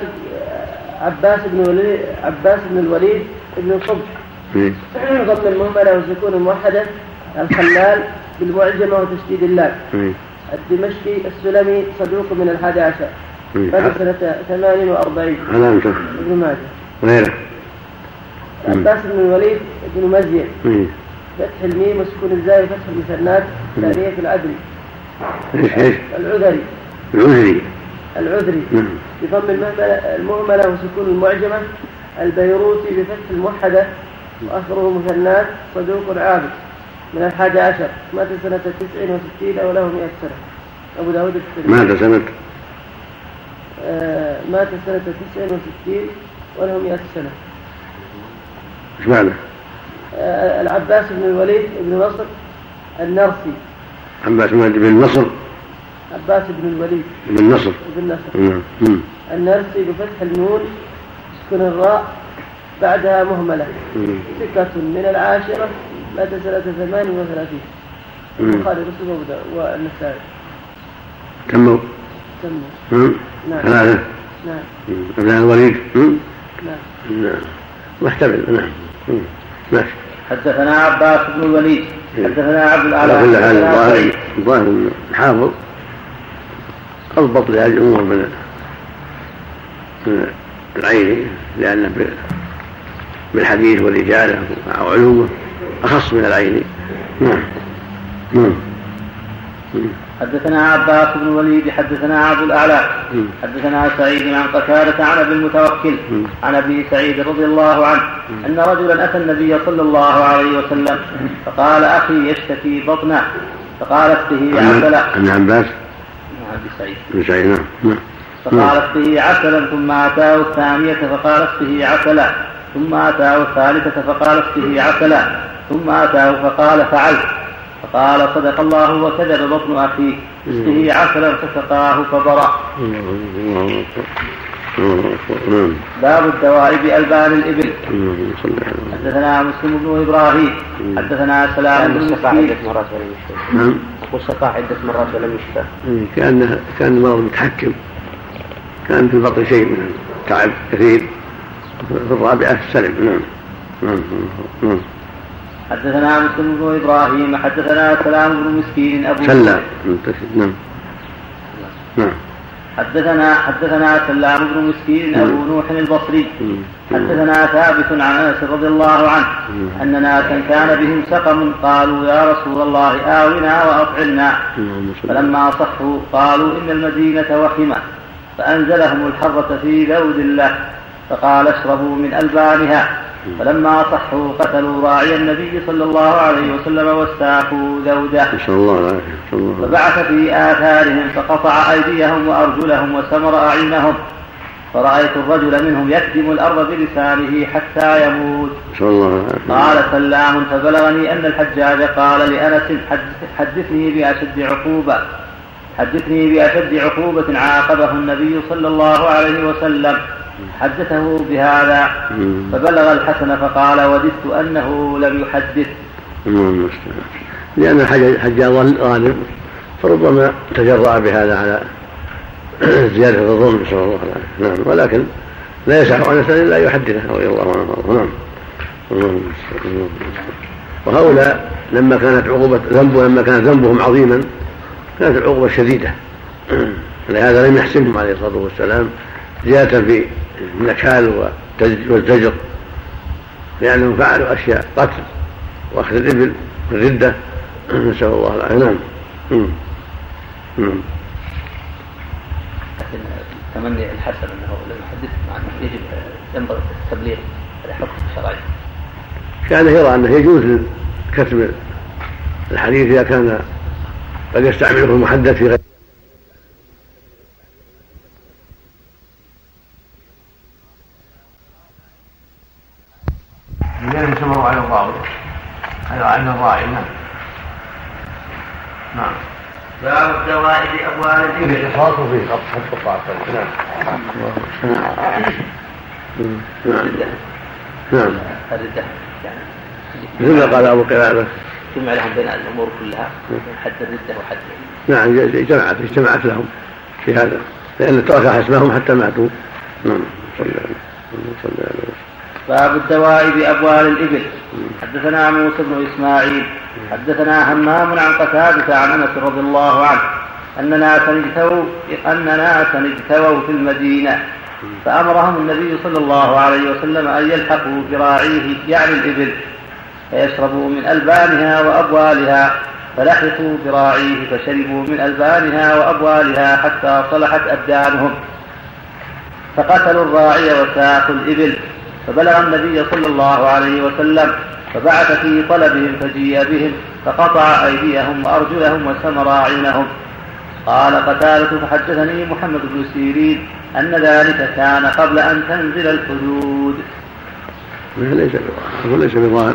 بن الوليد ابن الصبح ضمن المهملة وسكون الموحدة الخلال بالمعجمة وتشديد اللام. الدمشقي السلمي صدوق من 11 بعد سنة 48. ابن ماجه. غيره عباس بن الوليد ابن مزين فتح الميم وسكون الزاي وفتح المثنات ثانية في العذري. العذري بضم المهملة وسكون المعجمة. البيروتي بفتح الموحدة وآخره مثنات صدوق عابد من 11 مات سنة 69 وله 100 سنة. أبو داود الترمذي مات سنة 69 وله 100 سنة. إيش معنى؟ العباس بن الوليد بن نصر النرسي. عباس بن نصر. عباس بن الوليد بن نصر. النرسي بفتح النون سكن الراء بعدها مهملة. ثقة من العاشرة مات سنة 38. البخاري ومسلم والنسائي. كموا. نعم. 3. نعم. ابن الوليد. نعم. محتمل. نعم. ماشي. حدثنا عباس بن الوليد حدثنا عبد الأعلى. على كل حال الظاهر الحافظ أضبط لهذه الأمور من العين لأنه بالحديث والرجالة وعلومه أخص من العين. نعم. حدثنا عباس بن الوليد حدثنا عبد الأعلى حدثنا سعيد عن قتادة عن أبي المتوكل عن أبي سعيد رضي الله عنه أن رجلا أتى النبي صلى الله عليه وسلم فقال أخي يشتكي بطنه فقالت به عسلا. عن عباس بن سعيد. نعم. فقالت به عسلا ثم أتاه الثانية فقالت به عسلا ثم أتاه الثالثة فقالت به عسلا ثم أتاه فقال فعلت فقال صدق الله وكذب بطن أخيه اسقه عسلا فسقاه فبرأ. باب الدواء بألبان الإبل. حدثنا مسلم بن إبراهيم حدثنا سلام بن مسكين. أقول سقى عدة مرات ولم يشفى. كان المرض متحكم كان في البطن شيء من التعب كثير في الرابعة السلم. نعم. حدثنا مسلم بن إبراهيم حدثنا سلام بن مسكين أبو سلام. نعم. حدثنا سلام بن مسكين أبو نوح البصري حدثنا ثابت عن أنس رضي الله عنه أن ناسا كان بهم سقم قالوا يا رسول الله آونا وأطعمنا فلما صحوا قالوا إن المدينة وخمة فأنزلهم الحرة في ذود الله فقال اشربوا من ألبانها. فلما صحوا قتلوا راعي النبي صلى الله عليه وسلم واستاقوا ذوده فبعث في آثارهم فقطع أيديهم وأرجلهم وسمر أعينهم فرأيت الرجل منهم يكتم الأرض بلسانه حتى يموت. قال سلام فبلغني أن الحجاج قال لأنس حدثني بأشد عقوبة عاقبه النبي صلى الله عليه وسلم. حدثه بهذا فبلغ الحسن فقال وددت أنه لم يحدث. لأن الحجاج غالب فربما تجرأ بهذا على زيادة الظلم صلى الله عليه وسلم. نعم. ولكن لا يسع أنس إلا يحدثه رضي الله عنه. نعم. وهؤلاء لما كانت ذنبهم عظيما كانت العقوبة شديدة، لهذا لم يحسنهم عليه الصلاة والسلام زيادة في النكال والزجر، لأنهم فعلوا أشياء قتل وأخذ الإبل والردة، نسأل الله العافية. نعم. تمني الحسن أنه لم يحدث مع أنه يجب ينبغي التبليغ هذا حكم شرعي. كان يرى أنه يجوز كتب الحديث إذا كان قد يستعمله المحدث في غير لأنهم سمروا على الراوي عن الراعي. نعم. باب الدواء بأبوال الإبل. الإخلاص فيه حتى الطاعة. نعم. الردة مثل ما قال أبو قلابة جمع لهم بين الأمور كلها حد الردة وحد. نعم. اجتمعت لهم في هذا لأن ترك اسمهم حتى ماتوا. نعم. باب الدواء بأبوال الإبل. حدثنا موسى بن إسماعيل حدثنا همام عن قتادة عن أنس رضي الله عنه أن ناسا اجتووا في المدينة فأمرهم النبي صلى الله عليه وسلم أن يلحقوا براعيه يعني الإبل فيشربوا من ألبانها وأبوالها، فلحقوا براعيه فشربوا من ألبانها وأبوالها حتى صلحت أبدانهم، فقتلوا الراعي وساقوا الإبل، فبلغ النبي صلى الله عليه وسلم فبعث في طلبهم فجيء بهم فقطع أيديهم وأرجلهم وسمر أعينهم. قال قتادة فحدثني محمد بن سيرين أن ذلك كان قبل أن تنزل الحدود. ليس بظاهر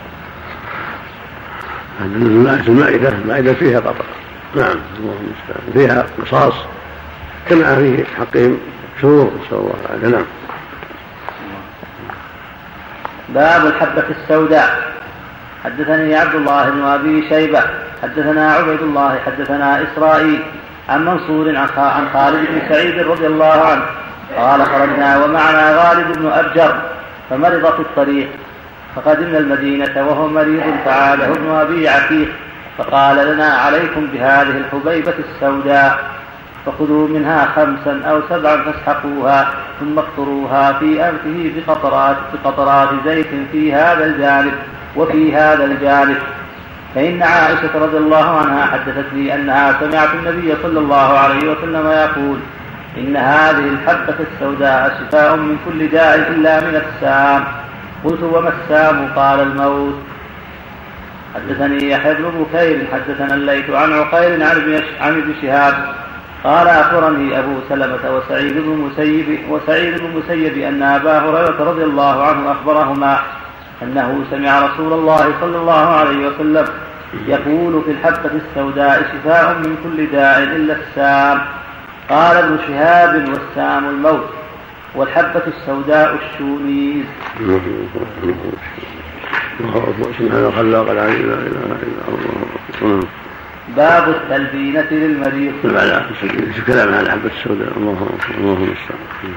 المائدة فيها قطع. نعم. فيها قصاص كما في حقهم شرور نسأل الله العافية. نعم. باب الحبة السوداء. حدثني عبد الله بن أبي شيبة حدثنا عبيد الله حدثنا إسرائيل عن منصور عن خالد بن سعيد رضي الله عنه قال خرجنا ومعنا غالب بن أبجر فمرض في الطريق فقدمنا المدينة وهو مريض فعاده ابن أبي عتيق فقال لنا عليكم بهذه الحبيبة السوداء فخذوا منها 5 أو 7 فاسحقوها ثم اقطروها في أنفه بقطرات زيت في هذا الجانب وفي هذا الجانب. فإن عائشة رضي الله عنها حدثت لي أنها سمعت النبي صلى الله عليه وسلم يقول إن هذه الحبة السوداء شفاء من كل داء إلا من السام. قلت وما السام؟ قال الموت. حدثني يحيى بن بكير حدثنا الليث عن عقيل عن ابن شهاب قال أخبرني أبو سلمة وسعيد بن المسيب أن أبا هريرة رضي الله عنه أخبرهما أنه سمع رسول الله صلى الله عليه وسلم يقول في الحبة السوداء شفاء من كل داء إلا السام. قال ابن شهاب والسام الموت والحبة السوداء الشونيز. سبحان خلاق لا إله إلا الله. باب التلبينة للمريض. كلام عن الحبة السوداء. اللهم استعان.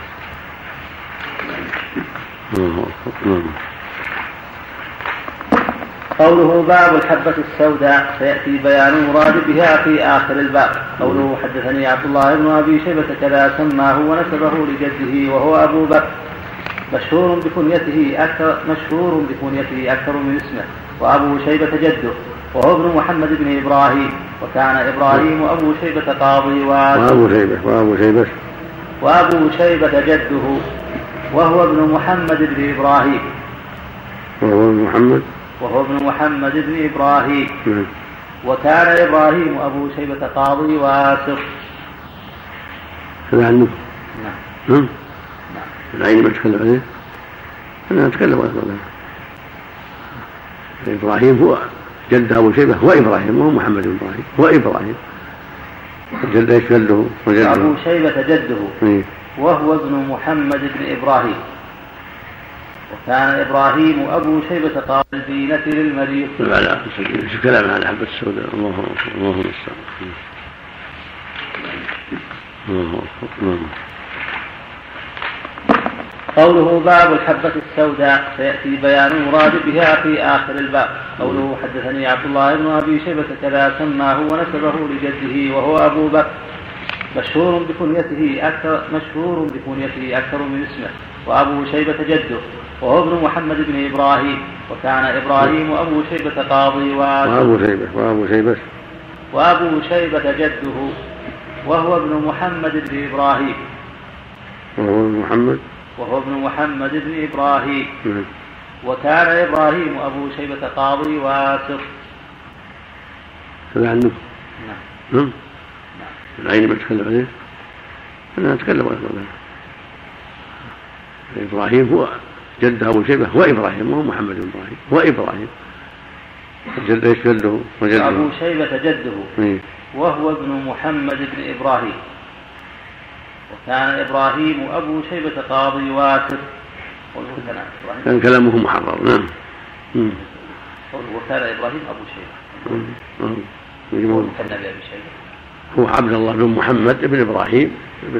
قوله باب الحبة السوداء سيأتي بيان المراد بها في آخر الباب. قوله حدثني عبد الله بن أبي شيبة كذا سماه ونسبه لجده وهو أبو بكر مشهور بكنيته أكثر من اسمه، وأبو شيبة جده وهو ابن محمد بن إبراهيم، وكان إبراهيم وأبو شيبة قاضي وأبو وأبو شيبة جده وهو ابن محمد بن إبراهيم. وهو ابن محمد بن إبراهيم. وكان إبراهيم أبو شيبة قاضي واسط. هذا عنه. نعم. العين ما تكلم عليه. أنا أتكلم عن إبراهيم هو جد أبو شيبة هو إبراهيم وهو محمد بن إبراهيم هو إبراهيم. جد يشهده أبو شيبة جده وهو ابن محمد بن إبراهيم. وكان إبراهيم أبو شيبة قال في نتر المريض. كلام على حبة السوداء. الله قوله باب الحبة السوداء سيأتي بيان المراد بها في آخر الباب. قوله حدثني عبد الله بن أبي شيبة كذا سماه ونسبه لجده وهو أبو بكر مشهور بكنيته أكثر من اسمه. وأبو شيبة جده وهو ابن محمد بن إبراهيم. وكان إبراهيم أبو شيبة قاضي وأبو شيبة جده وهو ابن محمد بن إبراهيم. وهو ابن محمد بن إبراهيم. وكان إبراهيم أبو شيبة قاضي واسط. هذا عنه. نعم. العين ما تكلم عليه. أنا أتكلم عن إبراهيم هو جد أبو شيبة هو إبراهيم وهو محمد بن إبراهيم هو إبراهيم. جد يشهده أبو شيبة جده وهو ابن محمد بن إبراهيم. وكان إبراهيم أبو شيبة قاضي واسط. كان كلامه محرر. نعم. وكان إبراهيم أبو شيبة كان أبي شيبة هو عبد الله بن محمد بن إبراهيم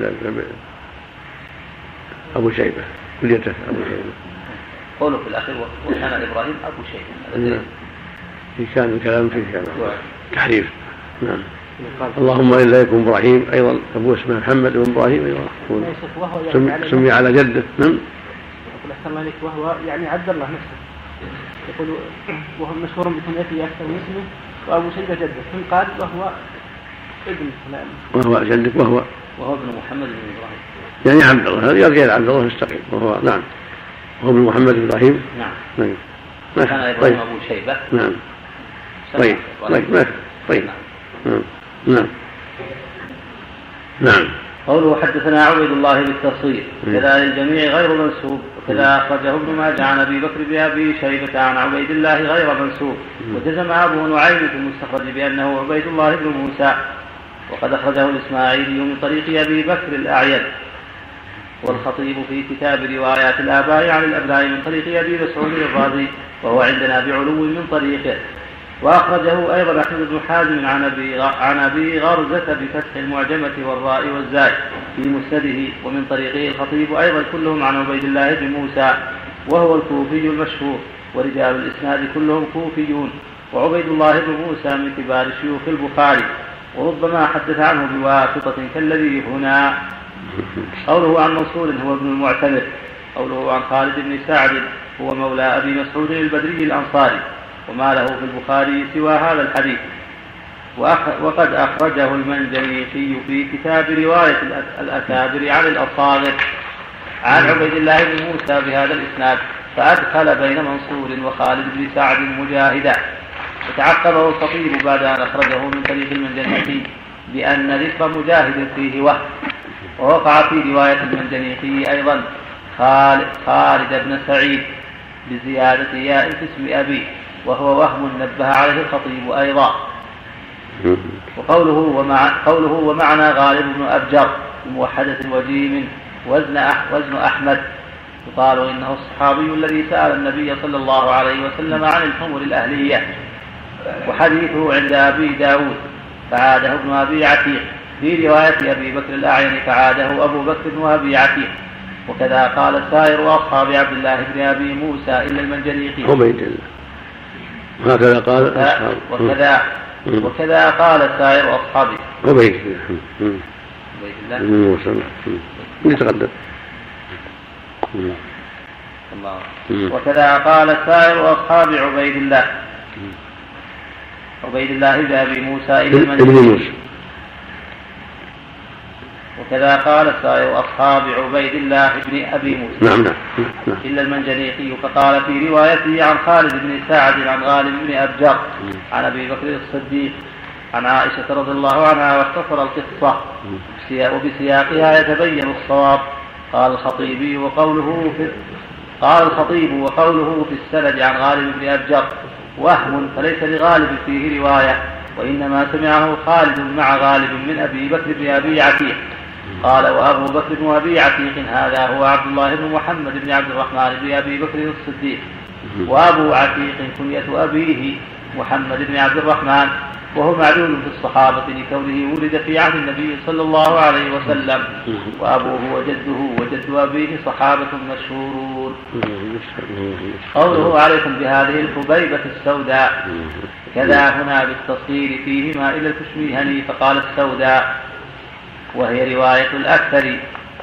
أبو شيبة كليته أبو شيبة. قوله في الأخير وكان إبراهيم أبو شيبة. كان الكلام فيه تحريف. نعم. اللهم إلا يكون إبراهيم أيضا أبو اسمه محمد بن إبراهيم أيضا سمي على جده. نعم. وهو يعني عبد الله نفسه يقول وهو مشهور بكنيته أكثر من اسمه وأبو شيبة جده ثم قال وهو ابن فلان وهو جدك وهو ابن محمد بن إبراهيم يعني عبد الله هذا غير عبد الله مستقيم وهو نعم وهو ابن محمد بن إبراهيم. نعم. كان إبراهيم أبو شيبة. نعم. طيب. نعم. قوله حدثنا عبيد الله بالتصريح كذا للجميع غير منسوب. وكذا أخرجه ابن ماجه عن أبي بكر بأبي شيبة عن عبيد الله غير منسوب. وجزم أبو نعيم في المستخرج بأنه عبيد الله بن موسى. وقد أخرجه الإسماعيلي من طريق أبي بكر الأعين والخطيب في كتاب روايات الآباء عن الأبناء من طريق أبي مسعود الرازي وهو عندنا بعلو من طريقه. وأخرجه أيضا أحمد بن حازم عن أبي غرزة بفتح المعجمة والراء والزاي في مسنده ومن طريقه الخطيب أيضا كلهم عن عبيد الله بن موسى وهو الكوفي المشهور. ورجال الإسناد كلهم كوفيون. وعبيد الله بن موسى من كبار شيوخ البخاري وربما حدث عنه بواسطة كالذي هنا. قوله عن منصور هو ابن المعتمر. قوله عن خالد بن سعد هو مولى أبي مسعود البدري الأنصاري وما له في البخاري سوى هذا الحديث. وقد أخرجه المنجنيقي في كتاب رواية الأكابر عن الأصاغر عن عبيد الله بن موسى بهذا الإسناد فأدخل بين منصور وخالد بن سعد مجاهدا. فتعقبه الخطيب بعد أن أخرجه من طريق المنجنيقي بأن ذكر مجاهد فيه وهم. ووقع في رواية المنجنيقي أيضا خالد بن سعيد بزيادة ياء في اسم أبيه وهو وهم نبه عليه الخطيب أيضا. وقوله ومعنى غالب بن أبجر بموحدة وجيم وزن أحمد. يقال إنه الصحابي الذي سأل النبي صلى الله عليه وسلم عن الحمر الأهلية. وحديثه عند أبي داود فعاده ابن أبي عتيق. في رواية أبي بكر الأعين فعاده أبو بكر وأبي عتيق. وكذا قال سائر أصحاب عبد الله بن أبي موسى إلا المنجنيقي. وكذا قال سائر أصحابه عبيد الله بن موسى يتقدم. وكذا قال سائر أصحاب عبيد الله بن أبي موسى إلا المنجنيقي. كذا قال سائر أصحاب عبيد الله بن أبي موسى. نعم. إلا المنجنيقي فقال في روايته عن خالد بن سعد عن غالب بن أبجر عن أبي بكر الصديق عن عائشة رضي الله عنها واختصر القصة وبسياقها يتبين الصواب. قال الخطيب وقوله في السند عن غالب بن أبجر وهم فليس لغالب فيه رواية، وإنما سمعه خالد مع غالب من أبي بكر بن أبي عتيق. قال وأبو بكر بن أبي عتيق هذا هو عبد الله بن محمد بن عبد الرحمن بن أبي بكر الصديق، وأبو عتيق كنية أبيه محمد بن عبد الرحمن، وهو معلول في الصحابة لكونه ولد في عهد النبي صلى الله عليه وسلم، وأبوه وجده وجد أبيه صحابة مشهورون. قوله عليكم بهذه الحبيبة السوداء كذا هنا بالتصغير فيهما إلى الكشميهني فقال السوداء وهي رواية الأكثر.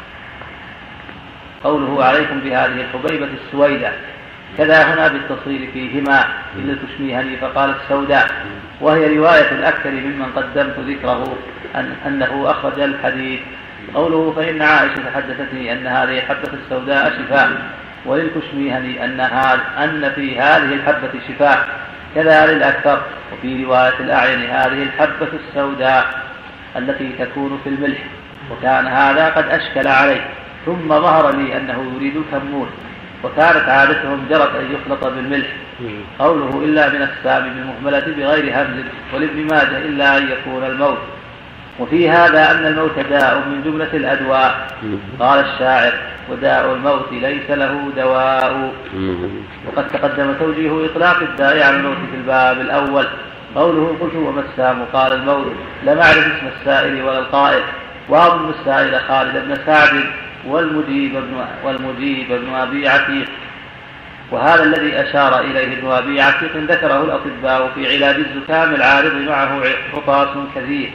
قوله عليكم بهذه الحبيبة السويدة كذا هنا بالتصغير فيهما إلى الكشميهني فقال السوداء وهي رواية الأكثر ممن قدمت ذكره أنه أخرج الحديث. قوله فإن عائشة حدثتني أن هذه الحبة السوداء شفاء، وللكشميهني أن في هذه الحبة شفاء كذا للأكثر. وفي رواية الأعين هذه الحبة السوداء التي تكون في الملح، وكان هذا قد أشكل عليه، ثم ظهر لي أنه يريد الكمون، وكانت عادتهم جرت أن يخلط بالملح. قوله إلا من السام بالمهملة بغير همز، ولابن ماجه إلا أن يكون الموت. وفي هذا أن الموت داء من جملة الأدواء. قال الشاعر وداء الموت ليس له دواء. وقد تقدم توجيه إطلاق الداء على الموت في الباب الأول. قوله قلت وما السام قال الموت، لم أعرف اسم السائل ولا القائل، وأظن السائل خالد بن سعد والمجيب بن أبي عتيق. وهذا الذي أشار إليه ابن أبي عتيق ذكره الأطباء في علاج الزكام العارض معه عطاس كثير.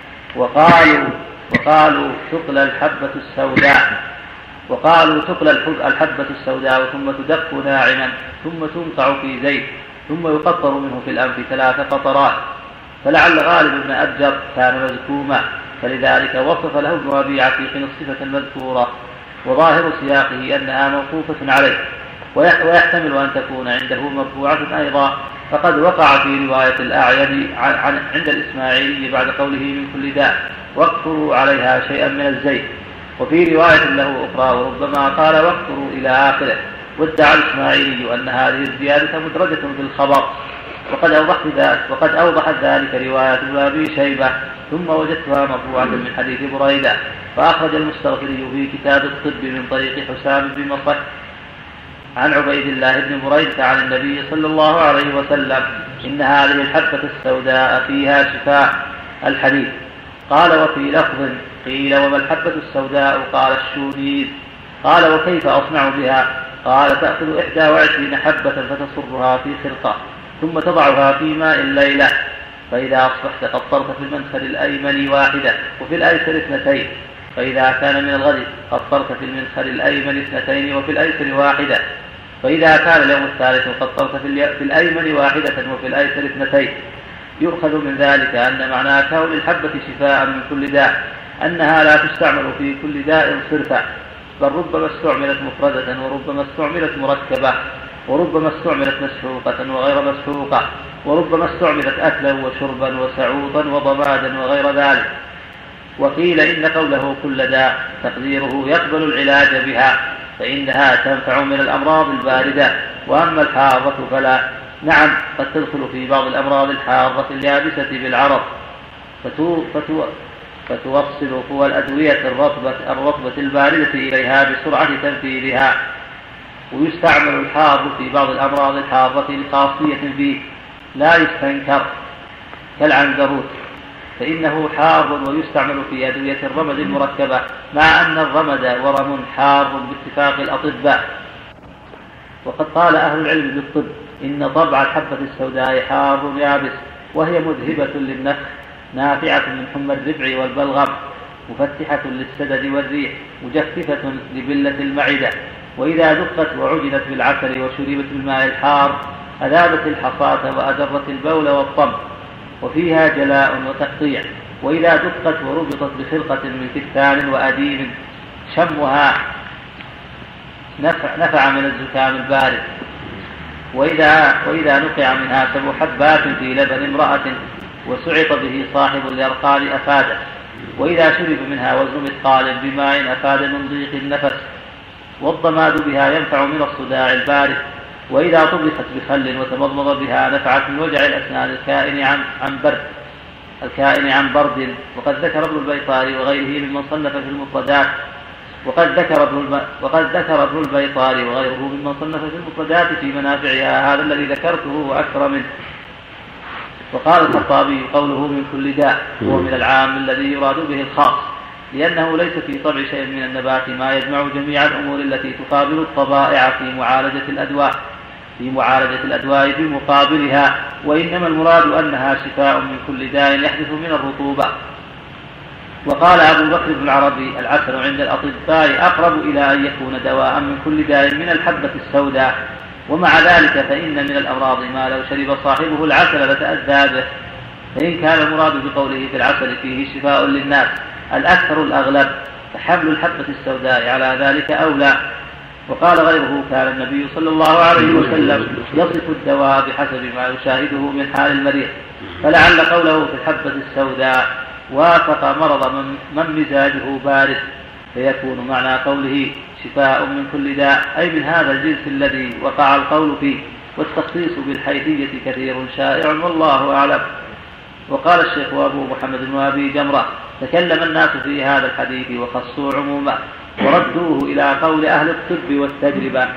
وقالوا تقلى الحبة السوداء ثم تدق ناعما ثم تنقع في زيت ثم يقطر منه في الأنف 3 قطرات. فلعل غالب بن أبجر كان مذكوما، فلذلك وصف له ابن أبي عتيق الصفة المذكورة، وظاهر سياقه أنها موقوفة عليه، ويحتمل أن تكون عنده مرفوعة أيضا، فقد وقع في رواية الأعين عند الإسماعيلي بعد قوله من كل داء واكثروا عليها شيئا من الزيت. وفي رواية له أخرى وربما قال واكثروا إلى آخره. وادعى الإسماعيلي أن هذه الزيادة مدرجة في الخبر، وقد أوضحت ذلك رواية ابن أبي شيبة، ثم وجدتها مرفوعة من حديث بريدة. فأخرج المستغفري في كتاب الطب من طريق حسام بن مصح عن عبيد الله بن بريدة عن النبي صلى الله عليه وسلم إن هذه الحبة السوداء فيها شفاء الحديث. قال وفي لفظ قيل وما الحبة السوداء؟ قال الشونيز. قال وكيف أصنع بها؟ قال تأخذ 21 حبة فتصرها في خرقة ثم تضعها في ماء الليلة، فإذا أصبحت قطرت في المنخر الأيمن 1 وفي الأيسر 2، فإذا كان من الغد قطرت في المنخر الأيمن 2 وفي الأيسر 1، فإذا كان اليوم الثالث قطرت في الأيمن 1 وفي الأيسر 2. يؤخذ من ذلك أن معنى كون الحبة شفاء من كل داء أنها لا تستعمل في كل داء صرفا، بل ربما استعملت مفردة وربما استعملت مركبة وربما استعملت مسحوقة وغير مسحوقة، وربما استعملت أكلا وشربا وسعوطا وضمادا وغير ذلك. وقيل إن قوله كل داء تقديره يقبل العلاج بها، فإنها تنفع من الأمراض الباردة، وأما الحارة فلا. نعم قد تدخل في بعض الأمراض الحارة اليابسة بالعرض، فتوصل قوى الأدوية الرطبة الباردة إليها بسرعة تنفيذها. ويستعمل الحار في بعض الأمراض الحارة الخاصية به لا يستنكر كالعنزروت، فإنه حار ويستعمل في أدوية الرمد المركبة، مع أن الرمد ورم حار باتفاق الأطباء. وقد قال أهل العلم بالطب إن طبع الحبة السوداء حار يابس، وهي مذهبة للنفخ، نافعة من حمى الربع والبلغم، مفتحة للسدد والريح، مجففة لبلة المعدة. وإذا دقت وعجنت بالعسل وشربت بالماء الحار أذابت الحصاة وأدرت البول والطم، وفيها جلاء وتقطيع. وإذا دقت وربطت بخرقة من كتان وأديم شمها نفع من الزكام البارد. وإذا نقع منها 7 حبات في لبن امرأة وسعط به صاحب اليرقان أفاده. وإذا شرب منها وزن مثقال بماء أفاد من ضيق النفس. والضماد بها ينفع من الصداع البارد. وإذا طبخت بخل وتمضمض بها نفعت من وجع الأسنان الكائن عن برد. وقد ذكر ابن البيطاري وغيره ممن صنف في المفردات في منافعها هذا الذي ذكرته وأكثر منه. وقال الخطابي قوله من كل داء هو من العام الذي يراد به الخاص، لأنه ليس في طبع شيء من النبات ما يجمع جميع الأمور التي تقابل الطبائع في معالجة الأدواء بمقابلها، وإنما المراد أنها شفاء من كل داء يحدث من الرطوبة. وقال أبو بكر بن العربي العسل عند الأطباء أقرب إلى أن يكون دواء من كل داء من الحبة السوداء. ومع ذلك فإن من الأمراض ما لو شرب صاحبه العسل لتأذى به. فإن كان المراد بقوله في العسل فيه شفاء للناس الأكثر الأغلب، فحمل الحبة السوداء على ذلك أولى. وقال غيره كان النبي صلى الله عليه وسلم يصف الدواء بحسب ما يشاهده من حال المريض، فلعل قوله في الحبة السوداء وافق مرض من مزاجه بارد، فيكون معنى قوله شفاء من كل داء أي من هذا الجنس الذي وقع القول فيه، والتخصيص بالحيثية كثير شائع والله أعلم. وقال الشيخ أبو محمد بن أبي جمرة تكلم الناس في هذا الحديث وخصوا عموما وردوه إلى قول أهل الطب والتجربة،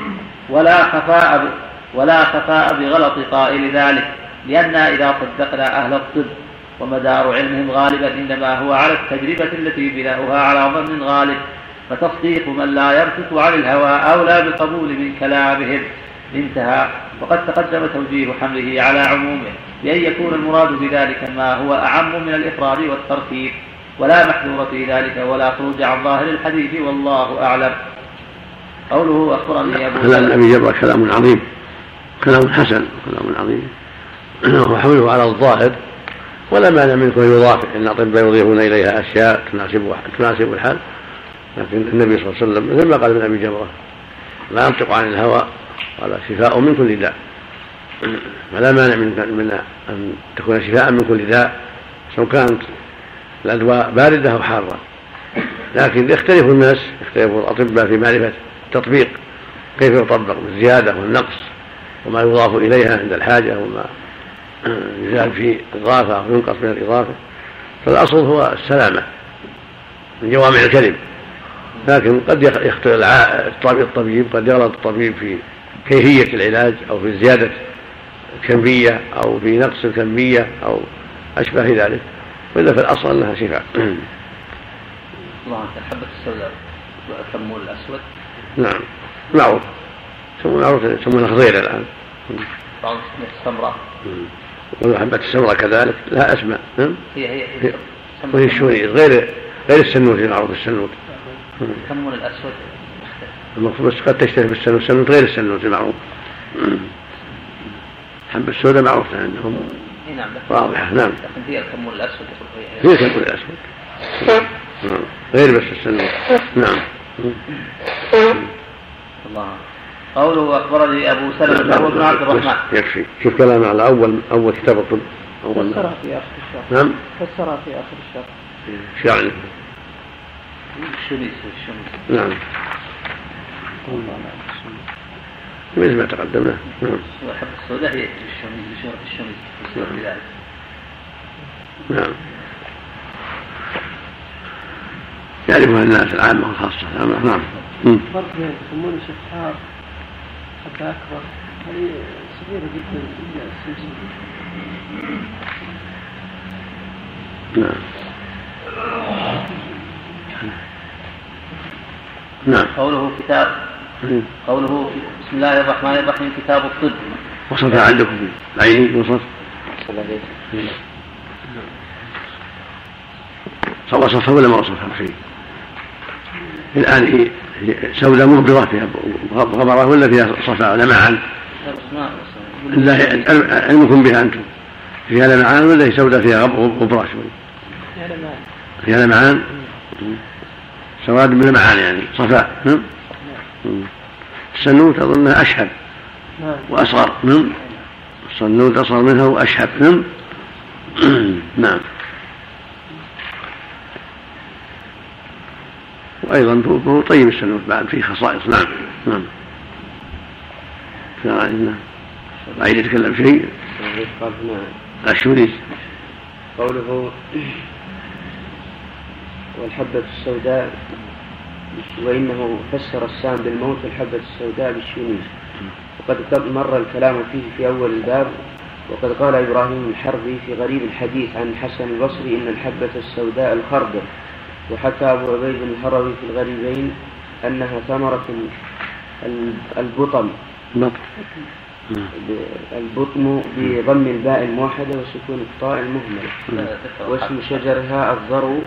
ولا خفاء بغلط قائل ذلك، لأننا إذا صدقنا أهل الطب ومدار علمهم غالبا إنما هو على التجربة التي بناؤها على ظن غالب، فتصديق من لا يرتف عن الهوى أولى بالقبول من كلامهم. انتهى. وقد تقدم توجيه حمله على عمومه لأن يكون المراد بذلك ما هو أعم من الإفراد والترتيب، ولا محذور في ذلك ولا خروج عن ظاهر الحديث والله أعلم. قوله أخبرني أبو كلام أبي جبر كلام عظيم، كلام حسن، كلام عظيم، وحمله على الظاهر ولا مانع منه يضاف، إن الأطباء يضيفون إليها أشياء تناسب الحال، لكن النبي صلى الله عليه وسلم مثل ما قال ابن أبي جبرة لا ينطق عن الهوى، قال شفاء من كل داء، فلا مانع من أن تكون شفاء من كل داء سواء كانت الأدواء باردة أو حارة. لكن يختلف الناس، يختلف الأطباء في معرفة التطبيق، كيف يطبق بالزيادة والنقص وما يضاف إليها عند الحاجة وما يزال في إضافة أو ينقص من الإضافة. فالأصل هو السلامة من جوامع الكلم، لكن قد يخطئ الطبيب، قد يغلط الطبيب في كيفية العلاج أو في زيادة الكمية أو في نقص الكمية أو أشبه ذلك، وإلا في الأصل أنها شفاء. الله عنك الحبة السوداء والكمون الأسود نعم معروف، يسمونها خضير الآن. السمراء والحبة السمراء كذلك لها أسماء، هي وهي الشونيز غير السنوت المعروف. السنوت الكمون الأسود المقصود بس قد تشتهي بالسنوت، السنوت غير السنوت المعروف. الحبة السوداء معروفة عندهم نعم واضحة. نعم لكن هي الكمون الأسود هي الكمون الأسود غير بس السنوت. نعم. الله. قوله أخبرني أبو سلمة وابن عبد الرحمن. يكفي. شوف كلام على أول كتاب الطب. فسرها في آخر الشهر. نعم. فسرها في آخر الشهر. يعني. الشميس. نعم. مثل ما تقدمنا. نعم. والحبة السوداء هي الشميس بشهرة الشميس بسبب ذلك. نعم. يعرفها الناس العامة والخاصة. نعم. فرق بين يسمونه شفاء حتى أكبر، هذه صغيرة جدا إلى السمسم. نعم. نعم. قوله بسم الله الرحمن الرحيم كتاب الطب. وصف عندكم العيني وصف وصفها ولا ما وصفها شيء؟ الآن هي سوداء مغبرة فيها غبرة ولا فيها صفاء لمعان؟ علمكم بها أنتم، فيها لمعان ولا هي سوداء فيها غبرة شوي؟ فيها لمعان، سواد من لمعان يعني صفاء. السنوت أظنها أشهب وأصغر. السنوت أصغر منها وأشهب. نعم. وأيضا هو طيب السنوت بعد فيه خصائص. نعم. عايز يتكلم شيء؟ الشوريس قوله والحبة السوداء، وإنه فسر السام بالموت والحبة السوداء بالشونيز، وقد مر الكلام فيه في أول الباب. وقد قال إبراهيم الحربي في غريب الحديث عن الحسن البصري إن الحبة السوداء الخردل. وحكى أبو عبيد الهروي في الغريبين أنها ثمرة البطم، البطم بضم الباء الموحدة وسكون الطاء المهملة، واسم شجرها الضرو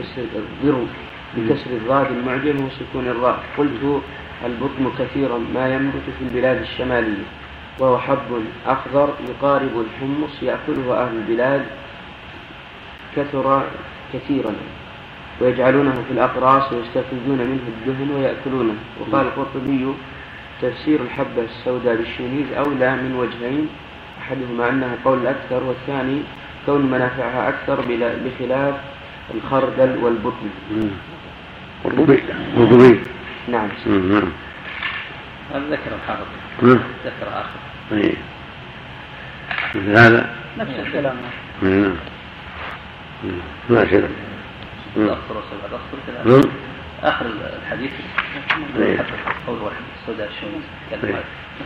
بكسر الضاد المعجم وسكون الراء. قلت البطم كثيرا ما ينبت في البلاد الشمالية، وهو حب أخضر يقارب الحمص يأكله أهل البلاد كثيرا، ويجعلونه في الأقراص ويستخرجون منه الدهن ويأكلونه. وقال القرطبي تفسير الحبة السوداء بالشونيز أولى من وجهين، أحدهما أنها قول الأكثر، والثاني كون منافعها أكثر بخلاف الخردل والبطن. نعم. ذكر الحافظ ذكر آخر مثل هذا نفس الكلام. ما شئ آخر الحديث قوله السوداء الشونيز.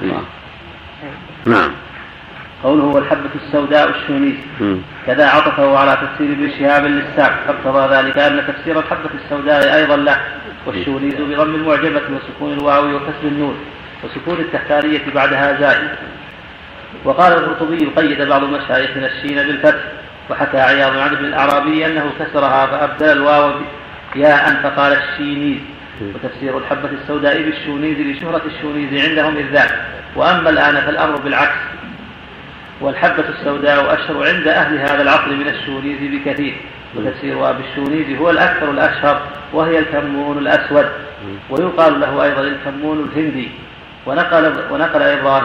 نعم. قوله والحبة السوداء الشونيز كذا عطفه على تفسير ابن شهاب للساق، فاقتضى ذلك أن تفسير الحبة السوداء أيضا له، والشونيز بضم المعجمة وسكون الواو وكسر النون وسكون التحتانية بعدها زائد. وقال القرطبي قيد بعض مشايخنا الشين بالفتح، وحكى عياض عن ابن الأعرابي أنه كسرها فأبدل الواو ياء فقال الشينيز. وتفسير الحبة السوداء بالشونيز لشهرة الشونيز عندهم إذ ذاك. وأما الآن فالأمر بالعكس، والحبة السوداء أشهر عند أهل هذا العصر من الشونيز بكثير، وتفسيرها بالشونيز هو الأكثر الأشهر، وهي الكمون الأسود، ويقال له أيضا الكمون الهندي. ونقل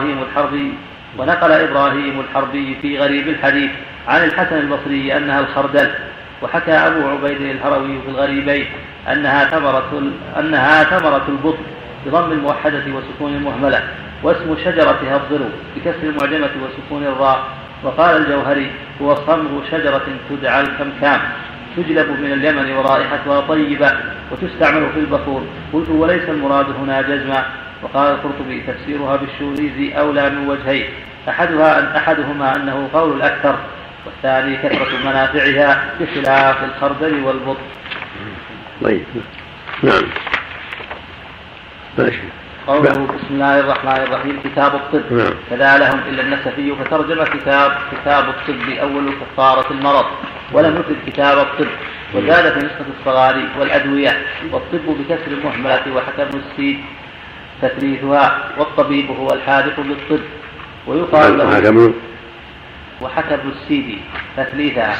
إبراهيم الحربي في غريب الحديث عن الحسن البصري أنها الخردل. وحكى أبو عبيد الهروي في الغريبين أنها ثمرة البطن بضم الموحدة وسكون المهملة، واسم شجرتها الضرو بكسر المعجمة وسكون الراء. وقال الجوهري هو صمغ شجرة تدعى الكمكام، تجلب من اليمن ورائحتها طيبة وتستعمل في البخور. قلت وليس المراد هنا جزما. وقال القرطبي تفسيرها بالشونيز أولى من وجهين، أحدهما أنه قول الأكثر، والثاني كثرة منافعها بخلاف الخردل والبطن. طيب. نعم. ماشي. قوله بسم الله الرحمن الرحيم كتاب الطب كذا لهم إلا النسفي فترجم كتاب الطب أول كفارة المرض، ولم يكتب كتاب الطب. وزاد في نسخة الصغاري والأدوية والطب بكسر المهملة وحكى ابن السيد تثليثها، والطبيب هو الحاذق بالطب. ويقال له وحكى ابن السيدي تثليثها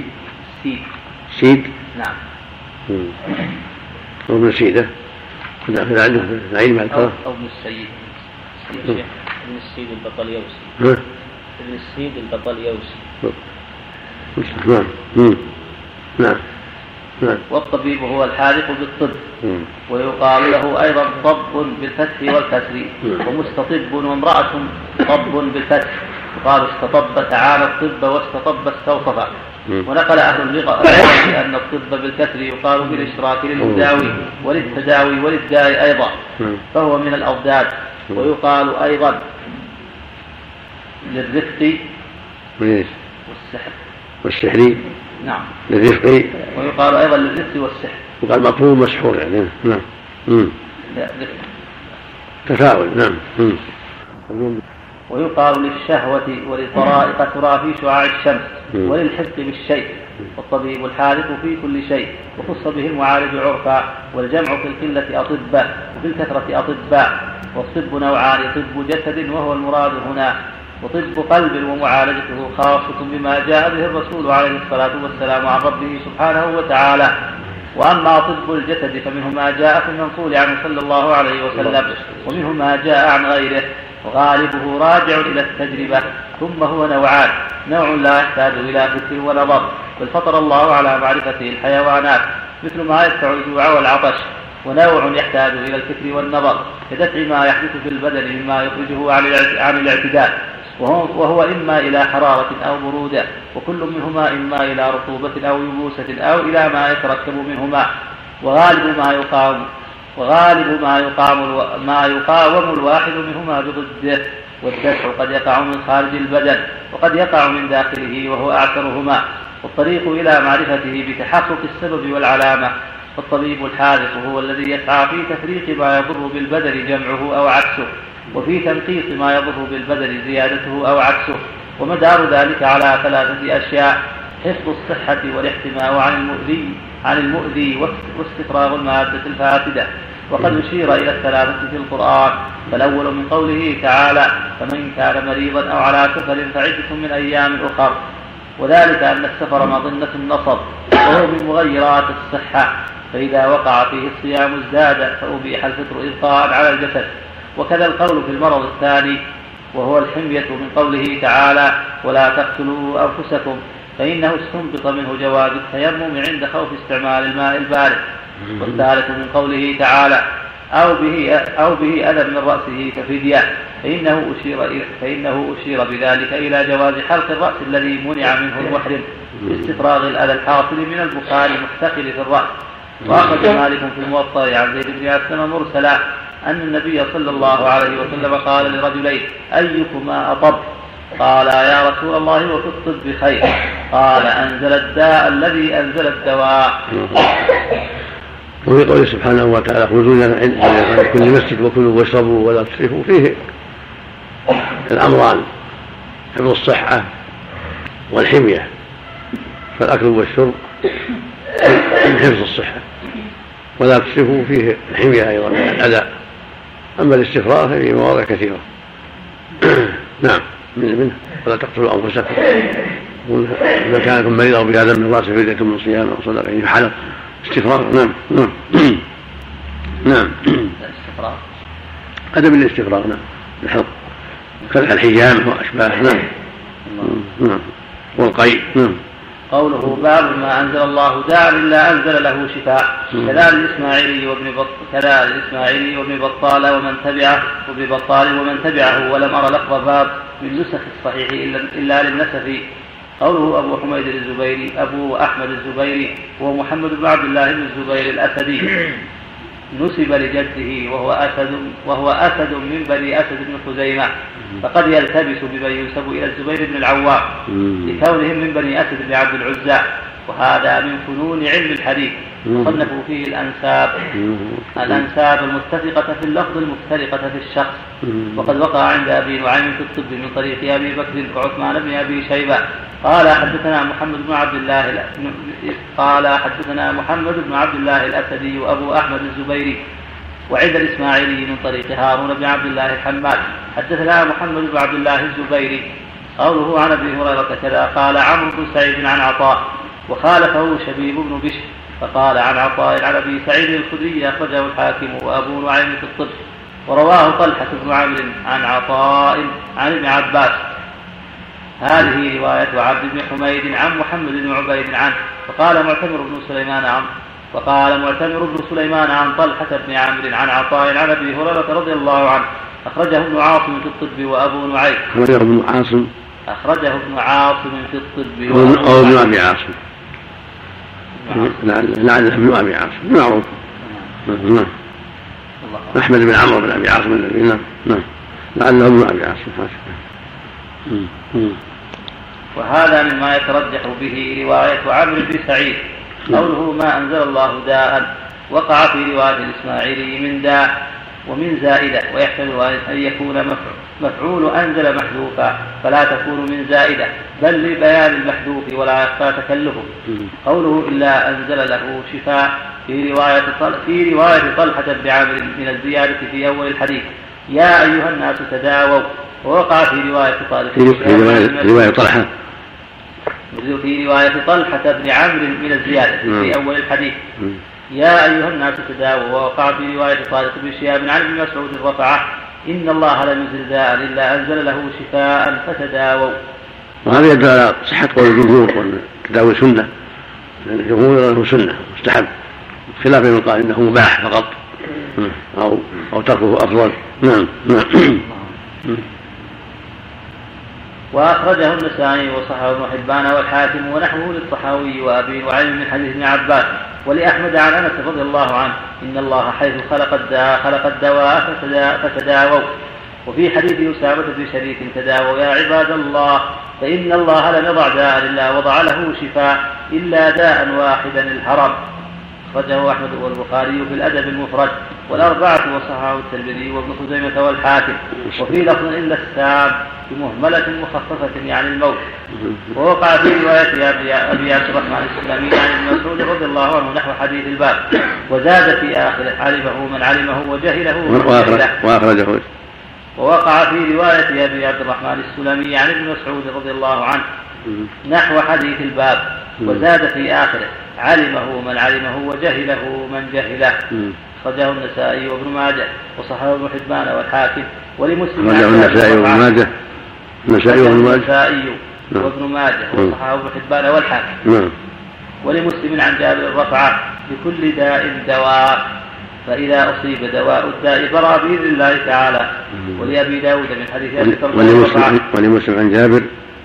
سيد. نعم. وابن السيدة كنا عنده في العلم أو ابن السيد ابن السيد البطليوسي. ابن السيد البطليوسي. نعم. والطبيب هو الحاذق بالطب. ويقال له أيضا طب بالفتح والكسر، ومستطب وامرأة طب بالفتح. وقالوا استطب تعالى الطب واستطب استوصف. ونقل أهل اللغة أن الطب بالكسر يقال بالإشراك للمداوي وللتداوي وللداء أيضا، فهو من الأضداد. ويقال أيضا للرفق والسحر. نعم. للرفق. ويقال أيضا للرفق والسحر. وقال مطلوب مسحور يعني. نعم. تفاؤل. نعم. ويقال للشهوة وللطرائق ترى في شعاع الشمس، وللحفظ بالشيء. والطبيب الحاذق في كل شيء، وخص به المعالج عرفا. والجمع في القلة أطباء وفي الكثرة أطباء. والطب نوعان، طب جسد وهو المراد هنا، وطب قلب ومعالجته خاصة بما جاء به الرسول عليه الصلاة والسلام عن ربه سبحانه وتعالى. وأما طب الجسد فمنه ما جاء في المنقول عنه صلى الله عليه وسلم ومنه ما جاء عن غيره، وغالبه راجع إلى التجربة. ثم هو نوعان: نوع لا يحتاج إلى فكر ونظر، بل فطر الله على معرفته الحيوانات مثل ما يدفع الجوع والعطش، ونوع يحتاج إلى الفكر والنظر كدفع ما يحدث في البدن مما يخرجه عن الاعتدال، وهو إما إلى حرارة أو برودة، وكل منهما إما إلى رطوبة أو يبوسة أو إلى ما يتركب منهما. وغالب ما يقاوم الواحد منهما بضده، والدفع قد يقع من خارج البدن وقد يقع من داخله، وهو أعثرهما. والطريق إلى معرفته بتحقق السبب والعلامة. فالطبيب الحارس هو الذي يسعى في تفريق ما يضر بالبدن جمعه أو عكسه، وفي تنقيص ما يضر بالبدن زيادته أو عكسه. ومدار ذلك على 3 أشياء: حفظ الصحة والاحتماء عن المؤذي واستفراغ المادة الفاسدة. وقد أشير إلى 3 في القرآن. فالأول من قوله تعالى: فمن كان مريضا أو على سفر فعدة من أيام أخر، وذلك أن السفر مظنة النصب وهو من مغيرات الصحة، فإذا وقع فيه الصيام ازداد فأبيح الفطر إبقاء على الجسد. وكذا القول في المرض الثاني وهو الحمية من قوله تعالى: ولا تقتلوا أنفسكم، فإنه استنبط منه جواز التيمم عند خوف استعمال الماء البارد. والثالث من قوله تعالى: أو به أذى من رأسه ففدية، فإنه أشير بذلك إلى جواز حلق الرأس الذي منع منه المحرم باستفراغ الأذى الحاصل من البخار المحتقل في الرأس. وأخرج مالك في الموطأ عن زيد بن أسلم مرسلا أن النبي صلى الله عليه وسلم قال لرجلين: أيكما أطب؟ قال: يا رسول الله وفي الطب خير. قال: أنزل الداء الذي أنزل الدواء. وفي قوله سبحانه وتعالى: خذوا من كل مسجد وكلوا واشربوا ولا تسرفوا، فيه الأمران: حفظ الصحة والحمية. فالأكل والشرب من حفظ الصحة، ولا تسرفوا فيه الحمية أيضا من الأذى. أما الاستفراغ ففي مواضع كثيرة. نعم، منه ولا تقتلوا أنفسكم، إذا كانكم مريضا أو بهذا من رأس فدية من صيام أو صدقة يحلق. استفراغ. نعم أدب الاستفراغ. نعم، الحلق كالحجامة وأشباه. نعم والقيء. قوله: باب ما أنزل الله داء إلا أنزل له شفاء. كذا الإسماعيلي وابن بطال ومن تبعه ولم أرى لفظ باب من نسخ الصحيح إلا للنسفي. قوله: أبو حميد الزبيري أبو أحمد الزبيري هو محمد بن عبد الله بن الزبير الأسدي، نسب لجده وهو أسد من بني أسد بن خزيمة، فقد يلتبس بمن ينسب إلى الزبير بن العوام لكونهم من بني أسد بن عبد العزى، وهذا من فنون علم الحديث. صنفوا فيه الأنساب المتفقة في اللفظ المفترقة في الشخص. وقد وقع عند أبي نعيم في الطب من طريق أبي بكر وعثمان بن أبي شيبة قال: حدثنا محمد بن عبد الله الأسدي وأبو أحمد الزبيري. وعند الإسماعيلي من طريق هارون بن عبد الله الحماد حدثنا محمد بن عبد الله الزبيري. قوله عن أبي هريرة كذا. قال عمرو بن سعيد عن عطاء، وخالفه شبيب بن بشر فقال عن عطاء عن أبي سعيد الخدري أخرجه الحاكم وأبو نعيم في الطب. ورواه طلحة بن عمرو عن عطاء عن ابن عباس. هذه رواية عبد بن حميد عن محمد بن عبيد عنه. وقال معتمر بن سليمان عن طلحة بن عمرو عن عطاء عن أبي هريرة رضي الله عنه. أخرجه ابن عاصم في الطب وأبو نعيم. أخرجه ابن عاصم في الطب أو ابن أبي عاصم. لعل ابن أبي عاصم معروف. أحمد بن عمرو بن أبي عاصم. لعله ابن أبي عاصم. وهذا مما يترجح به رواية عمرو بن سعيد. قوله ما أنزل الله داء وقع في رواية الإسماعيلي من داء ومن زائدة، ويحتمل أن يكون مفعول أنزل محذوفا فلا تكون من زائدة، بل لبيان المحذوف ولا يخفى تكلفه. قوله إلا أنزل له شفاء في رواية طلحة بن عمرو من الزيادة في أول الحديث: يا أيها الناس تداووا، ووقع في رواية طارق في رواية طلحة في رواية طلحة بن عمرو من الزيادة في أول الحديث يا أيها الناس تداووا. ووقع في رواية طارق بن شهاب عن ابن مسعود رفعه إن الله لم ينزل داء إلا أنزل له شفاء فتداووا. وهذا يدل على صحة قول الجمهور وأن التداوي سنة، لأن الجمهور أنه سنة مستحب، خلاف من قال إنه مباح فقط أو تركه أفضل. نعم. وأخرجه النسائي وصححه ابن حبان والحاكم ونحوه للطحاوي وأبي نعيم من حديث ابن عباس ولأحمد عن أنس رضي الله عنه إن الله حيث خلق الدواء فتداووا. وفي حديث أسامة بن شريك تداووا يا عباد الله فإن الله لم يضع داء إلا وضع له شفاء إلا داء واحدا الهرم. أخرجه أحمد والبخاري في الأدب المفرد والأربعة وصححه الترمذي وابن خزيمة والحاكم. وفي لفظ إلا السام بمهملة مخففة يعني الموت. ووقع في رواية أبي عبد الرحمن السلمي عن ابن مسعود رضي الله عنه نحو حديث الباب وزاد في آخره علمه من علمه وجهله من جهله. ووقع في رواية أبي عبد الرحمن السلمي عن ابن مسعود رضي الله عنه نحو حديث الباب وزاد في آخره علمه من علمه وجهله من جهله. أخرجه النسائي وابن ماجه وصححه ابن حبان والحاكم ولمسلم النسائي وابن ماجه وابن ماجه وصححه ابن حبان والحاكم ولمسلم عن جابر رفعه لكل داء دواء فإذا أصيب دواء الداء برأ بإذن الله تعالى. ولأبي داود من حديث ولمسلم عن جابر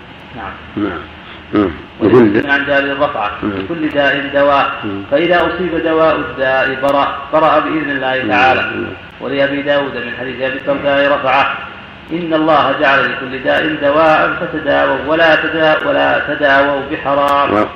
ولمسلم عن جابر رفعه لكل داء دواء فإذا أصيب دواء الداء برأ بإذن الله تعالى. ولأبي داود من حديث أبي الدرداء رفعه إن الله جعل لكل داء دواء فتداووا ولا تداووا بحرام.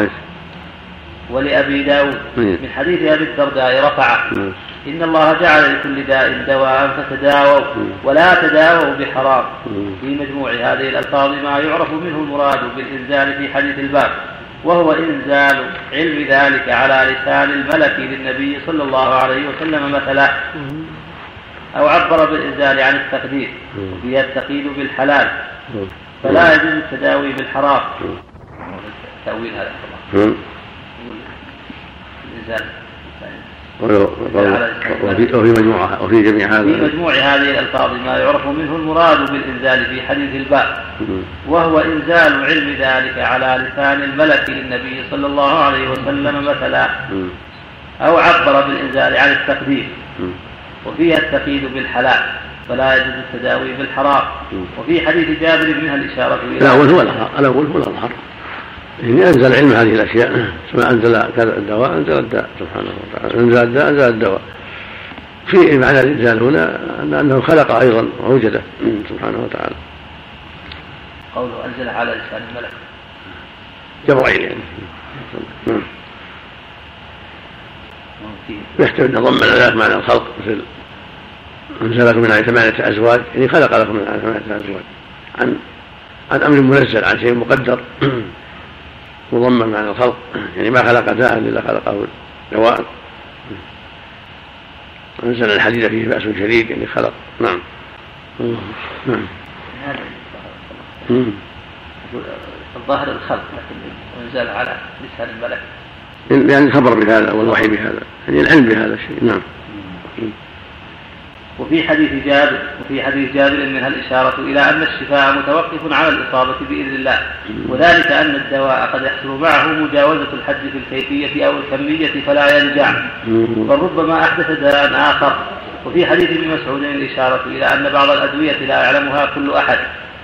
ولأبي داود من حديث أبي الدرداء رفعه إن الله جعل لكل داء دواء فتداووا ولا تداووا بحرام. في مجموع هذه الألفاظ ما يعرف منه المراد بالإنزال في حديث الباب وهو إنزال علم ذلك على لسان الملك للنبي صلى الله عليه وسلم مثلا أو عبر بالإنزال عن التقدير وفيها التقييد بالحلال فلا يجوز التداوي بالحرام. تأويل هذا الإنزال وفي جميع هذه الألفاظ ما يعرف منه المراد بالإنزال في حديث الباب وهو إنزال علم ذلك على لسان الملك للنبي صلى الله عليه وسلم مثلا أو عبر بالإنزال عن التقدير وفيها التقييد بالحلال فلا يجوز التداوي بالحرام. وفي حديث جابر منها الإشارة إلى الأول هو الأظهر إني أنزل علم هذه الأشياء كما أنزل كذا الدواء أنزل الداء سبحانه وتعالى أنزل الداء أنزل الدواء. في معنى الإنزال هنا أنه خلق أيضا ووجده سبحانه وتعالى. قوله أنزل على لسان الملك جبرائيل يعني يحتمل أن ضم الآيات معنى الخلق مثل أنزل لكم من 8 أزواج يعني خلق لكم من 8 أزواج عن أمر منزل عن شيء مقدر مضمن معنى الخلق يعني ما خلق داء إلا خلقه دواء. أنزل الحديد فيه بأس شديد يعني خلق. نعم. الظاهر الخلق لكن أنزل على لسان الملك يعني الخبر بهذا والوحي بهذا يعني العلم بهذا الشيء. نعم. وفي حديث جابر منها الإشارة إلى أن الشفاء متوقف على الإصابة بإذن الله وذلك أن الدواء قد يحصل معه مجاوزة الحد في الكيفية أو الكمية فلا ينجع بل ربما أحدث داء آخر. وفي حديث ابن مسعود الإشارة إلى أن بعض الأدوية لا يعلمها كل أحد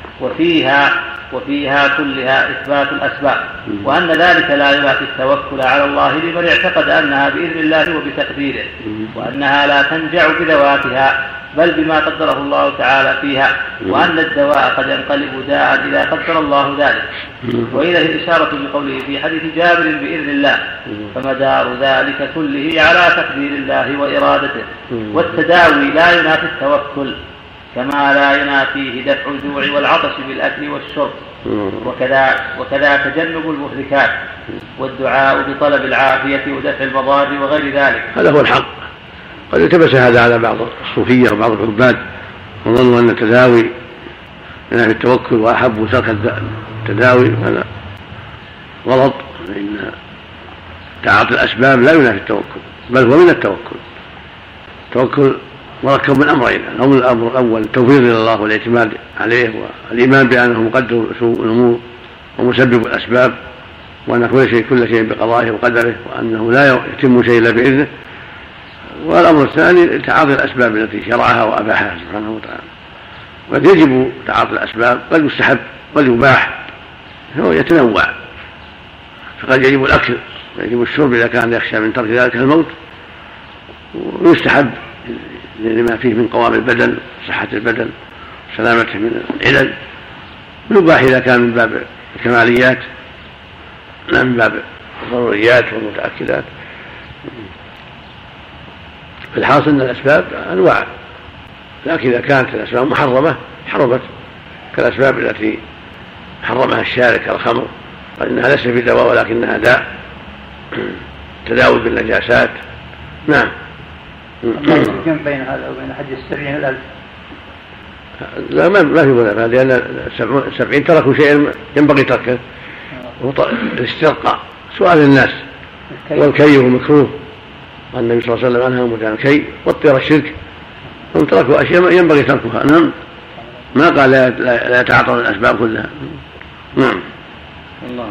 وفيها كلها إثبات الأسباب وأن ذلك لا ينافي التوكل على الله لمن اعتقد أنها بإذن الله وبتقديره وأنها لا تنجع بذواتها بل بما قدره الله تعالى فيها وأن الدواء قد ينقلب داء إذا قدر الله ذلك. وإليه الإشارة بقوله في حديث جابر بإذن الله فمدار ذلك كله على تقدير الله وإرادته. والتداوي لا ينافي التوكل كما لا ينافيه دفع الجوع والعطش بالأكل والشرب وكذا تجنب المهلكات والدعاء بطلب العافية ودفع المضار وغير ذلك. هذا هو الحق. قد التبس هذا على بعض الصوفية وبعض العباد وظنوا أن التداوي ينافي التوكل وأحب ترك التداوي هذا غلط، فإن تعاطي الأسباب لا ينافي التوكل بل هو من التوكل. التوكل مركب من أمرين: الأمر الأول التوفيق إلى الله والاعتماد عليه والإيمان بأنه مقدر الأمور ومسبب الأسباب، وأن كل شيء بقضائه وقدره، وأنه لا يتم شيء إلا بإذنه. والأمر الثاني تعاطي الأسباب التي شرعها وأباحها سبحانه وتعالى. قد يجب تعاطي الأسباب، قد يستحب، قد يباح، هو يتنوع. فقد يجب الأكل ويجب الشرب إذا كان يخشى من ترك ذلك الموت، ويستحب لما فيه من قوام البدن، صحة البدن، سلامته من العلل، ويباح إذا كان من باب الكماليات لا من باب الضروريات والمتأكدات. الحاصل أن الأسباب أنواع، لكن إذا كانت الأسباب محرمة حرمت، كالأسباب التي حرمها الشارع كالخمر، فإنها ليست بدواء ولكنها داء، تداوي بالنجاسات. نعم. يمكن بين هذا وبين حج 70,000؟ لا، ما في منافاة، لأن 70 تركوا شيئا ينبغي تركه، الاسترقاء، سؤال الناس، والكي مكروه، والنبي صلى الله عليه وسلم عنها مكان الكي والطير الشرك، هم تركوا أشياء ينبغي تركها. نعم، ما قال لا يتعاطون الأسباب كلها. نعم. الله.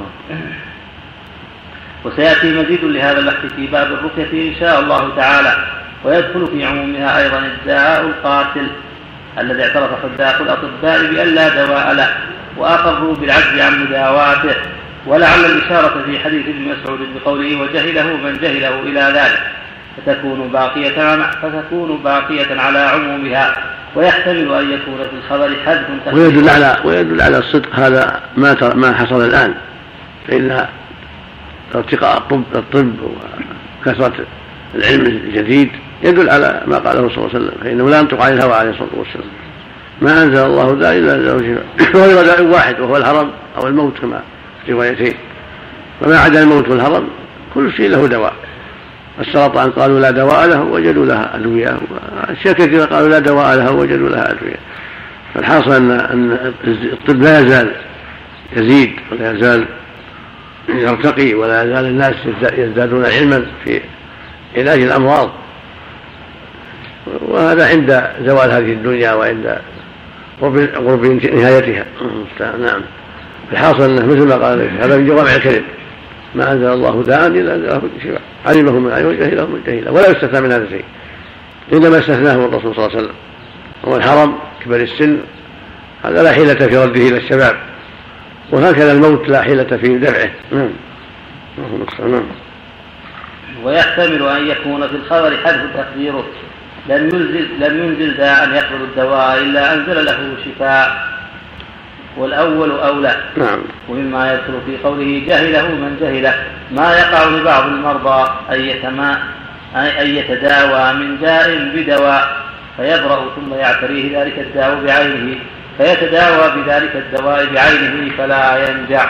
وسيأتي مزيد لهذا البحث في باب الرقية إن شاء الله تعالى، ويدخل في عمومها أيضا الداء القاتل الذي اعترف حداق الأطباء بأن لا دواء له وأقروا بالعجز عن مداواته، ولعل الإشارة في حديث ابن مسعود بقوله وجهله من جهله إلى ذلك فتكون باقية على عمومها، ويحتمل أن يكون في الخبر حذف ويدل على الصدق هذا ما حصل الآن، فإن ارتقاء الطب وكثرة العلم الجديد يدل على ما قاله صلى الله عليه وسلم، فإنه لا ينطق عن الهوى عليه الصلاة والسلام. ما أنزل الله داء إلا أنزله شفاء، وهو داء واحد وهو الهرم أو الموت كما في روايتين، وما عدا الموت والهرم كل شيء له دواء. السرطان قالوا لا دواء له وجدوا لها أدوية، أشياء كثيرة قالوا لا دواء لها وجدوا لها أدوية. فالحاصل أن الطب لا يزال يزيد ولا يزال يرتقي، ولا يزال الناس يزدادون علما في علاج الأمراض، وهذا عند زوال هذه الدنيا وعند قرب نهايتها. نعم. الحاصل أنه مثل ما قال هذا من جوامع الكلم: ما أنزل الله داء إلا أنزله شفاء، علمه من علم وجهله من جهله، ولا يستثنى من هذا شيء، إنما استثناه الرسول صلى الله عليه وسلم. هو الحرم كبر السن هذا لا حيلة في رده إلى الشباب، وهكذا الموت لا حيلة في دفعه. نعم. ويحتمل أن يكون في الخبر حذف تقديره: لم ينزل داء يقبل الدواء إلا أنزل له شفاء، والأول أولى. نعم. ومما يدخل في قوله جهله من جهله ما يقع لبعض المرضى أن يتداوى من داء بدواء فيبرأ ثم يعتريه ذلك الداء بعينه فيتداوى بذلك الدواء بعينه فلا ينجع.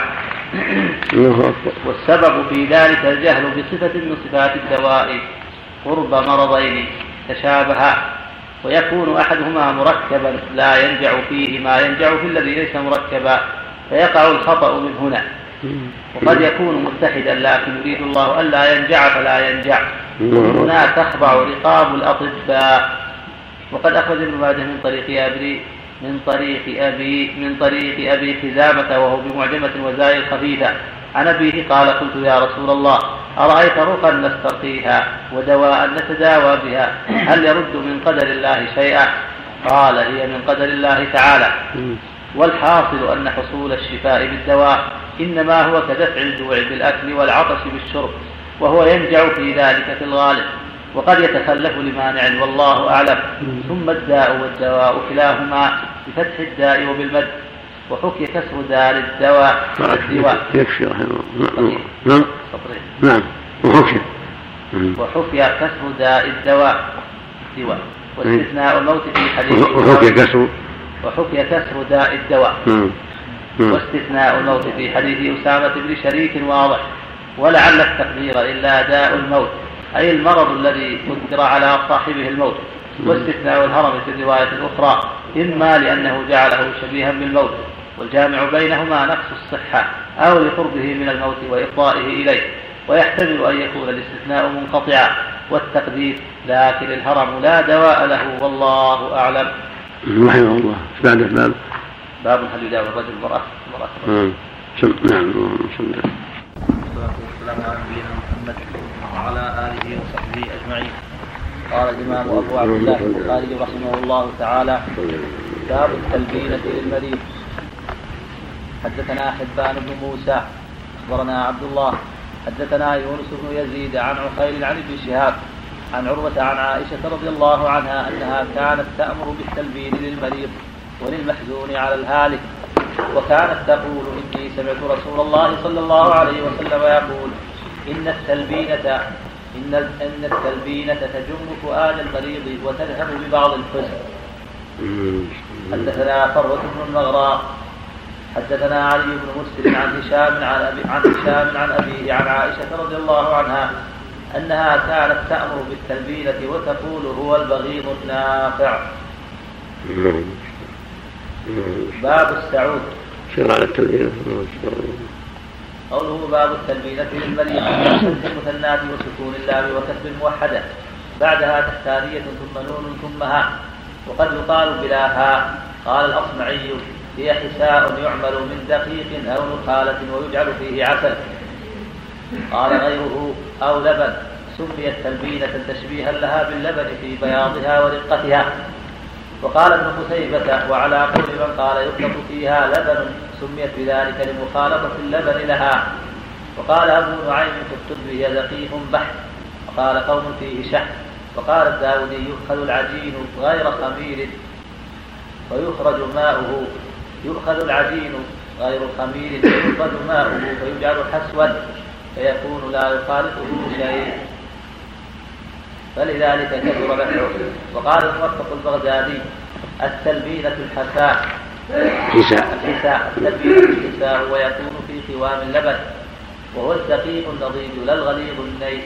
والسبب في ذلك الجهل بصفة من صفات الدواء قرب مرضين تشابها، ويكون أحدهما مركبا لا ينجع فيه ما ينجع في الذي ليس مركبا، فيقع الخطأ من هنا. وقد يكون متحدا لكن يريد الله ألا ينجع فلا ينجع، هنا تخضع رقاب الأطباء. وقد أخرج ابن ماجه من طريق أبي خزامة وهو بمعجمة وزاي الخفيفة عن أبيه قال: قلت يا رسول الله أرأيت رقا نسترقيها ودواء نتداوى بها هل يرد من قدر الله شيئا؟ قال: هي من قدر الله تعالى. والحاصل أن حصول الشفاء بالدواء إنما هو كدفع الجوع بالأكل والعطش بالشرب، وهو ينجع في ذلك في الغالب، وقد يتخلف لمانع والله أعلم. ثم الداء والدواء كلاهما بفتح الداء وبالمد، وحكي كسر دال الدواء والدواء. يكفي رحمه الله. نعم. وحكي كسر داء الدواء واستثناء الموت في حديث وحكي كسر داء الدواء واستثناء الموت في حديث أسامة بن شريك واضح، ولعل التقدير إلا داء الموت أي المرض الذي قدر على صاحبه الموت، واستثناء الهرم في الرواية الأخرى إما لأنه جعله شبيها بالموت والجامع بينهما نقص الصحة، أو لقربه من الموت وإفضائه إليه، ويحتمل أن يكون الاستثناء منقطعا والتقدير لكن الهرم لا دواء له والله أعلم. رحمه الله. بعد باب هل يداوي الرجل المرأة. نعم. والصلاة والسلام على نبينا محمد وعلى آله وصحبه أجمعين. قال الإمام أبو عبد الله البخاري رحمه الله تعالى: باب التلبينة للمريض. حدثنا حبان بن موسى أخبرنا عبد الله حدثنا يونس بن يزيد عن عقيل عن ابن شهاب عن عروة عن عائشة رضي الله عنها أنها كانت تأمر بالتلبين للمريض وللمحزون على الهالك، وكانت تقول: إني سمعت رسول الله صلى الله عليه وسلم يقول: إن التلبينة تجم فؤاد المريض وتذهب ببعض الحزن. حدثنا فروة بن المغراء حدثنا علي بن مسلم عن هشام عن أبيه عن عائشة رضي الله عنها أنها كانت تأمر بالتلبينة وتقول: هو البغيض النافع. باب السعود. قوله باب التلبينة للمريض بشد المثنات وسكون اللام وكسر موحدة بعدها تحتانية ثم نون ثم هاء، وقد يقال بلا هاء. قال الأصمعي: هي حساء يعمل من دقيق أو نخالة ويجعل فيه عسل. قال غيره: أو لبن، سميت تلبينة تشبيها لها باللبن في بياضها ورقتها. وقال ابن قتيبة: وعلى قول من قال يخلط فيها لبن سميت بذلك لمخالطة اللبن لها. وقال أبو نعيم في الطب: هي دقيق بحت. وقال قوم فيه شح. وقال الداودي: يؤخذ العجين غير خمير ويخرج ماؤه، يؤخذ العجين غير خمير ويخرج ماؤه فيجعل حسوا فيكون لا يخالطه شيء، فلذلك كثر نفعه. وقال الموفق البغدادي: التلبينة الحساء، التلبينة الحساء ويكون في قوام اللبن، وهو الدقيق النضيج لا الغليظ الني.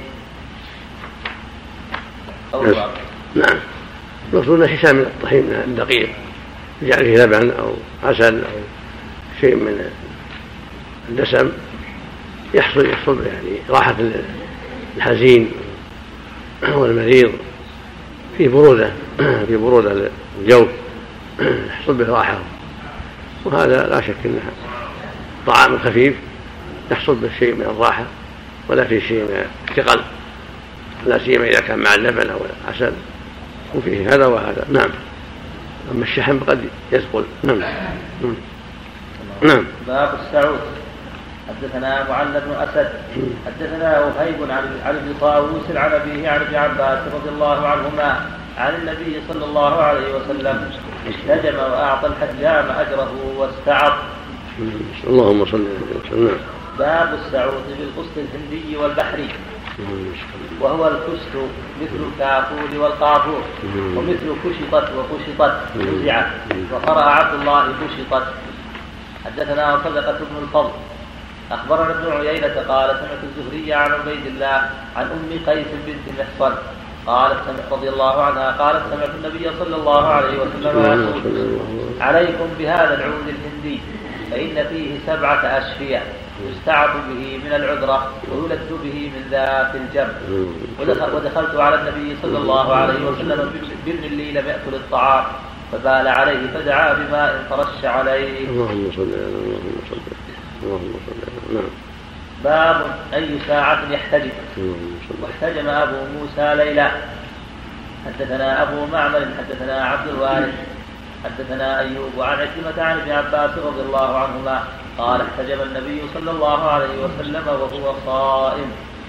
نعم. المقصود الحساء من الطحين الدقيق يجعل فيه لبن أو عسل أو شيء من الدسم يحصل يعني راحة الحزين والمريض في برودة الجو يحصل به راحة، وهذا لا شك أنه طعام خفيف يحصل به شيء من الراحة ولا في شيء من الثقل، لا سيما إذا كان مع اللبن أو العسل وفيه هذا وهذا. نعم. أما الشحم قد يثقل. نعم. باب السعود. حدثنا معل بن أسد حدثنا وهيب عن ابن طاووس عن أبيه عن ابن عباس رضي الله عنهما عن النبي صلى الله عليه وسلم: احتجم وأعطى الحجام أجره واستعط. اللهم صل وسلم. باب السعود بالقسط الهندي والبحري، وهو الكست مثل الكافور والقافور، ومثل كشطت وقشطت نزعت، وقرأ عبد الله كشطت. حدثنا صدقة بن الفضل أخبرنا ابن عيينة قال: سمعت الزهري عن عبيد الله عن أم قيس بنت محصن قالت رضي الله عنها قالت: سمعت النبي صلى الله عليه وسلم يقول: عليكم بهذا العود الهندي فإن فيه 7 أشفية يستعط به من العذرة ويلد به من ذات الجنب. ودخلت على النبي صلى الله عليه وسلم بابن لي لم يأكل الطعام فبال عليه فدعا بماء فرش عليه. اللهم صل اللهم صل. نعم. باب أي ساعة يحتجم. واحتجم أبو موسى ليلا. حدثنا أبو معمر حدثنا عبد الوارث حدثنا أيوب عن عكرمة عن ابن عباس رضي الله عنهما قال: احتجم النبي صلى الله عليه وسلم وهو صائم.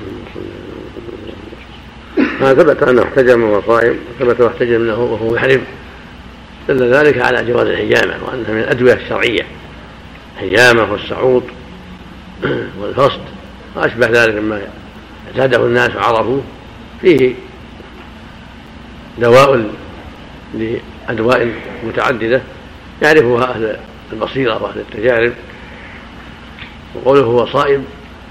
ما ثبت أنه احتجم وهو صائم، ثبت واحتجم له وهو محرم، دل ذلك على جواز الحجامة وأنها من الأدوية الشرعية، الحجامة والسعوط والفصد وأشبه ذلك مما اعتاده الناس وعرفوه، فيه دواء لأدواء متعددة يعرفها أهل البصيرة وأهل التجارب. وقوله هو صائم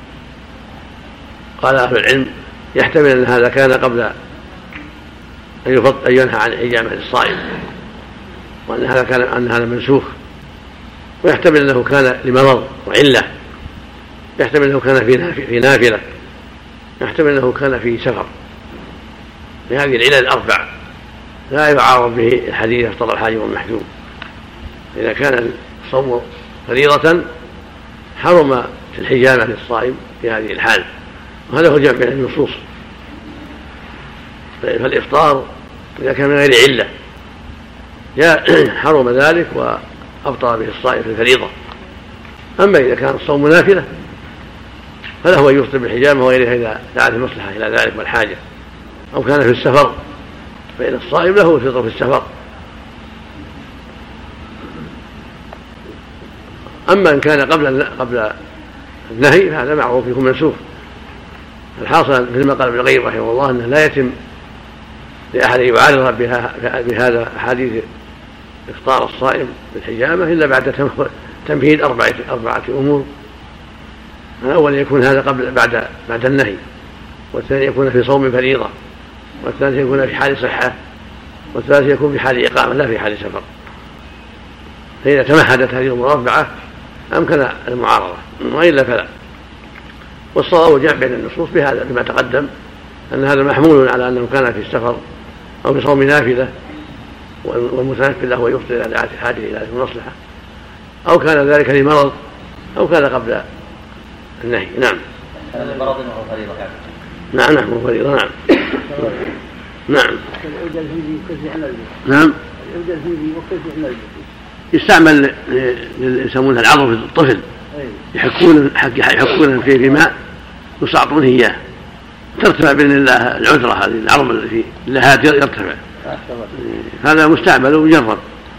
قال أهل العلم يحتمل أن هذا كان قبل أن ينهى عن حجامة الصائم، وأن هذا منسوخ، ويحتمل أنه كان لمرض وعلة، يحتمل أنه كان في نافلة، يحتمل أنه كان في سفر. لهذه العلل الأربع لا يعارض به الحديث افطر الحاجب والمحجوم. إذا كان الصوم فريضة حرم في الحجامة للصائم في هذه الحال، وهذا هو الجمع بين النصوص. فالإفطار إذا كان من غير علة حرم ذلك وأبطل به الصائم في الفريضة. أما إذا كان الصوم نافلة فله أن يفطر بالحجامة وغيرها إذا دعت المصلحة إلى ذلك والحاجة، أو كان في السفر فإن الصائم له الفطر في السفر. أما إن كان قبل النهي فهذا معروف يكون منسوخ. الحاصل مثل ما قال ابن القيم رحمه الله أنه لا يتم لأحد يعرض بهذا أحاديث إفطار الصائم بالحجامة إلا بعد تمهيد أربعة أمور. الأول يكون هذا بعد النهي، والثاني يكون في صوم فريضة، والثالث يكون في حال صحة، والثالث يكون في حال إقامة لا في حال سفر. فإذا تمهدت هذه الأمور الأربعة أمكن المعارضة، وإلا فلا. والصواب جمع بين النصوص بهذا بما تقدم، أن هذا محمول على أنه كان في السفر أو في صوم نافلة، والمتنفل له يفطر إلى دعاة الحاجة إلى المصلحة، أو كان ذلك لمرض، أو كان قبل النهي. نعم. مرض وهو فريضة. نعم هو فريضة. نعم. نعم. نعم. يستعمل يسمونها العضو في الطفل، يحكون فيه بماء يصعطون إياه ترتفع بإذن الله العذرة، هذه العظم التي لها يرتفع. هذا مستعمل ومجرب.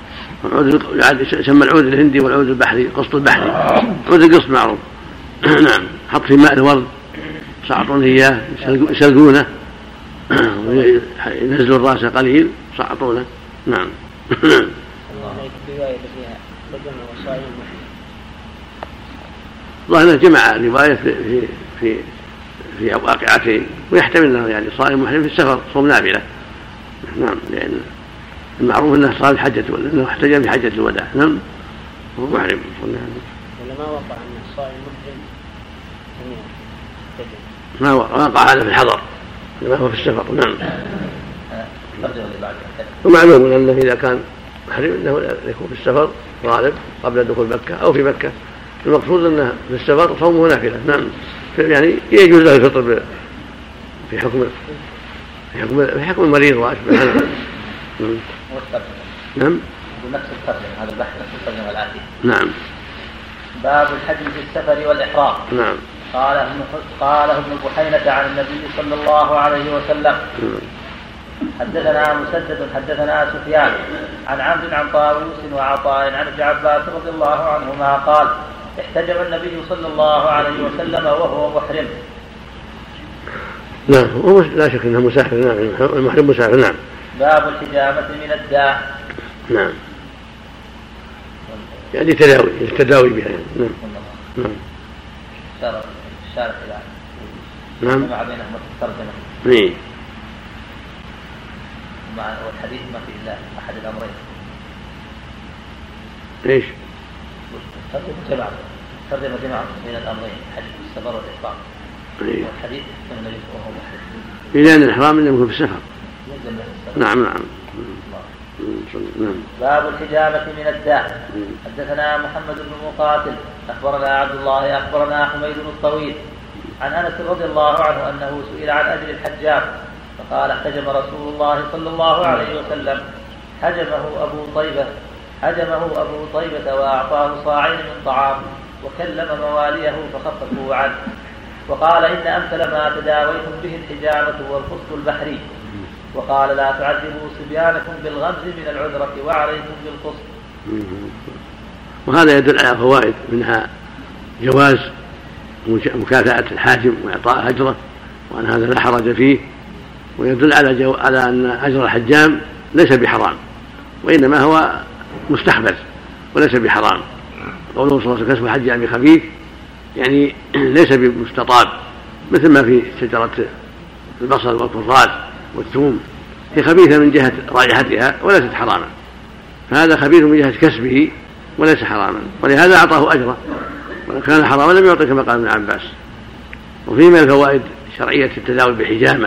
يسمى العود الهندي والعود البحري، قسط البحري، عود القسط معروف. نعم. حط في ماء الورد يصعطون إياه، يسلقونه ينزلوا الرأس قليل يصعطونه. نعم. ظاهر جمع رواية في واقعتين، ويحتمل انه يعني صائم محرم في السفر صوم نافلة. نعم. لأن المعروف انه صار الحجة لانه احتجم في حجة الوداع. نعم. هو محرم. ولا ما وقع ان الصائم محرم ما وقع هذا في الحضر ما هو في السفر. نعم. ومعلوم انه اذا كان محرم انه يكون في السفر غالب قبل دخول مكة او في مكة. المقصود انه في السفر صومه نافلة. نعم. يعني يجوز له الفطر في حكم المريض واشبه. نعم. بنفس الترجمة هذا البحث نفس الترجمة الآتية. نعم. باب الحج في السفر والإحرام. نعم. قاله ابن بحينة عن النبي صلى الله عليه وسلم. حدثنا مسدد حدثنا سفيان عن عمرو عن طاووس وعطاء عن ابن عباس رضي الله عنهما قال احتجم النبي صلى الله عليه وسلم وهو محرم. نعم. لا شك انه مسافر. نعم. المحرم مسافر. نعم. باب الحجامة من الداء. نعم. يعني التداوي بها. نعم. نعم. الشارع إلى نعم. ما بينهما الترجمة. إيه. والحديث ما في إلا أحد الأمرين. إيش؟ ترجمة جماعة بين الأمرين الحج والسفر والإحرام. إيه. والحديث من النبي وهو محرم. إذا أن الإحرام إنه يكون في السفر. نعم. نعم. باب الحجامة من الداء. حدثنا محمد بن مقاتل أخبرنا عبد الله أخبرنا حميد الطويل عن أنس رضي الله عنه أنه سئل عن أجل الحجام فقال احتجم رسول الله صلى الله عليه وسلم حجمه أبو طيبة وأعطاه صاعين من طعام وكلم مواليه فخففوا عنه وقال إن أمثل ما تداويتم به الحجامة والقسط البحري وقال لا تعذبوا صبيانكم بالغمز من العذرة وعليكم بالقسط. وهذا يدل على فوائد، منها جواز مكافأة الحاجم وإعطاء أجره وأن هذا لا حرج فيه، ويدل على أن أجر الحجام ليس بحرام وإنما هو مستحبذ وليس بحرام. قوله صلى الله عليه وسلم كسب الحج يعني خفيف يعني ليس بمستطاب، مثل ما في شجرة البصل والكرات والثوم، هي خبيثة من جهة رائحتها وليست حراما. فهذا خبيث من جهة كسبه وليس حراما، ولهذا أعطاه أجره، ولو كان حراما لم يعطي كما قال ابن عباس. وفيه من الفوائد شرعية التداوي بالحجامة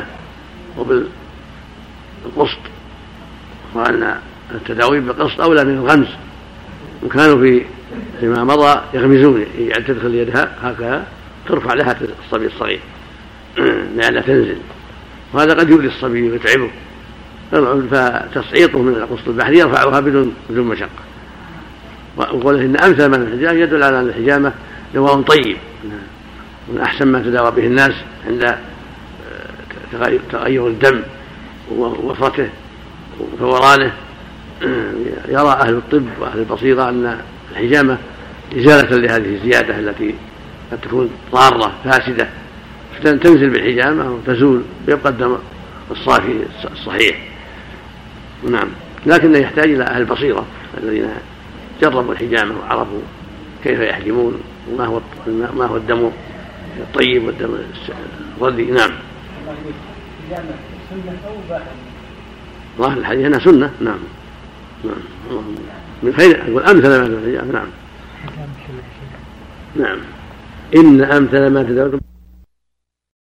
وبالقسط، وأن التداوي بالقسط أولى من الغمز، وكانوا فيما مضى يغمزون، يعني تدخل يدها هكذا ترفع لها الصبي الصغير لأنها تنزل، وهذا قد يؤذي الصبي ويتعبه، فتصعيطه من القسط البحري يرفعها بدون مشقة. وقوله إن أمثل من الحجامة يدل على أن الحجامة دواء طيب من أحسن ما تداوى به الناس عند تغير الدم ووفرته وفورانه. يرى أهل الطب وأهل البصيرة أن الحجامة إزالة لهذه الزيادة التي قد تكون ضارة فاسدة، تنزل بالحجامة وتزول ويبقى الدم الصافي الصحيح. نعم، لكنه يحتاج إلى أهل البصيرة الذين جربوا الحجامة وعرفوا كيف يحجمون وما هو الدم الطيب والدم الردي. نعم، ظاهر الحديث أنها سنة. نعم من خير يقول أمثل ما تداوى. نعم إن أمثل ما تداوى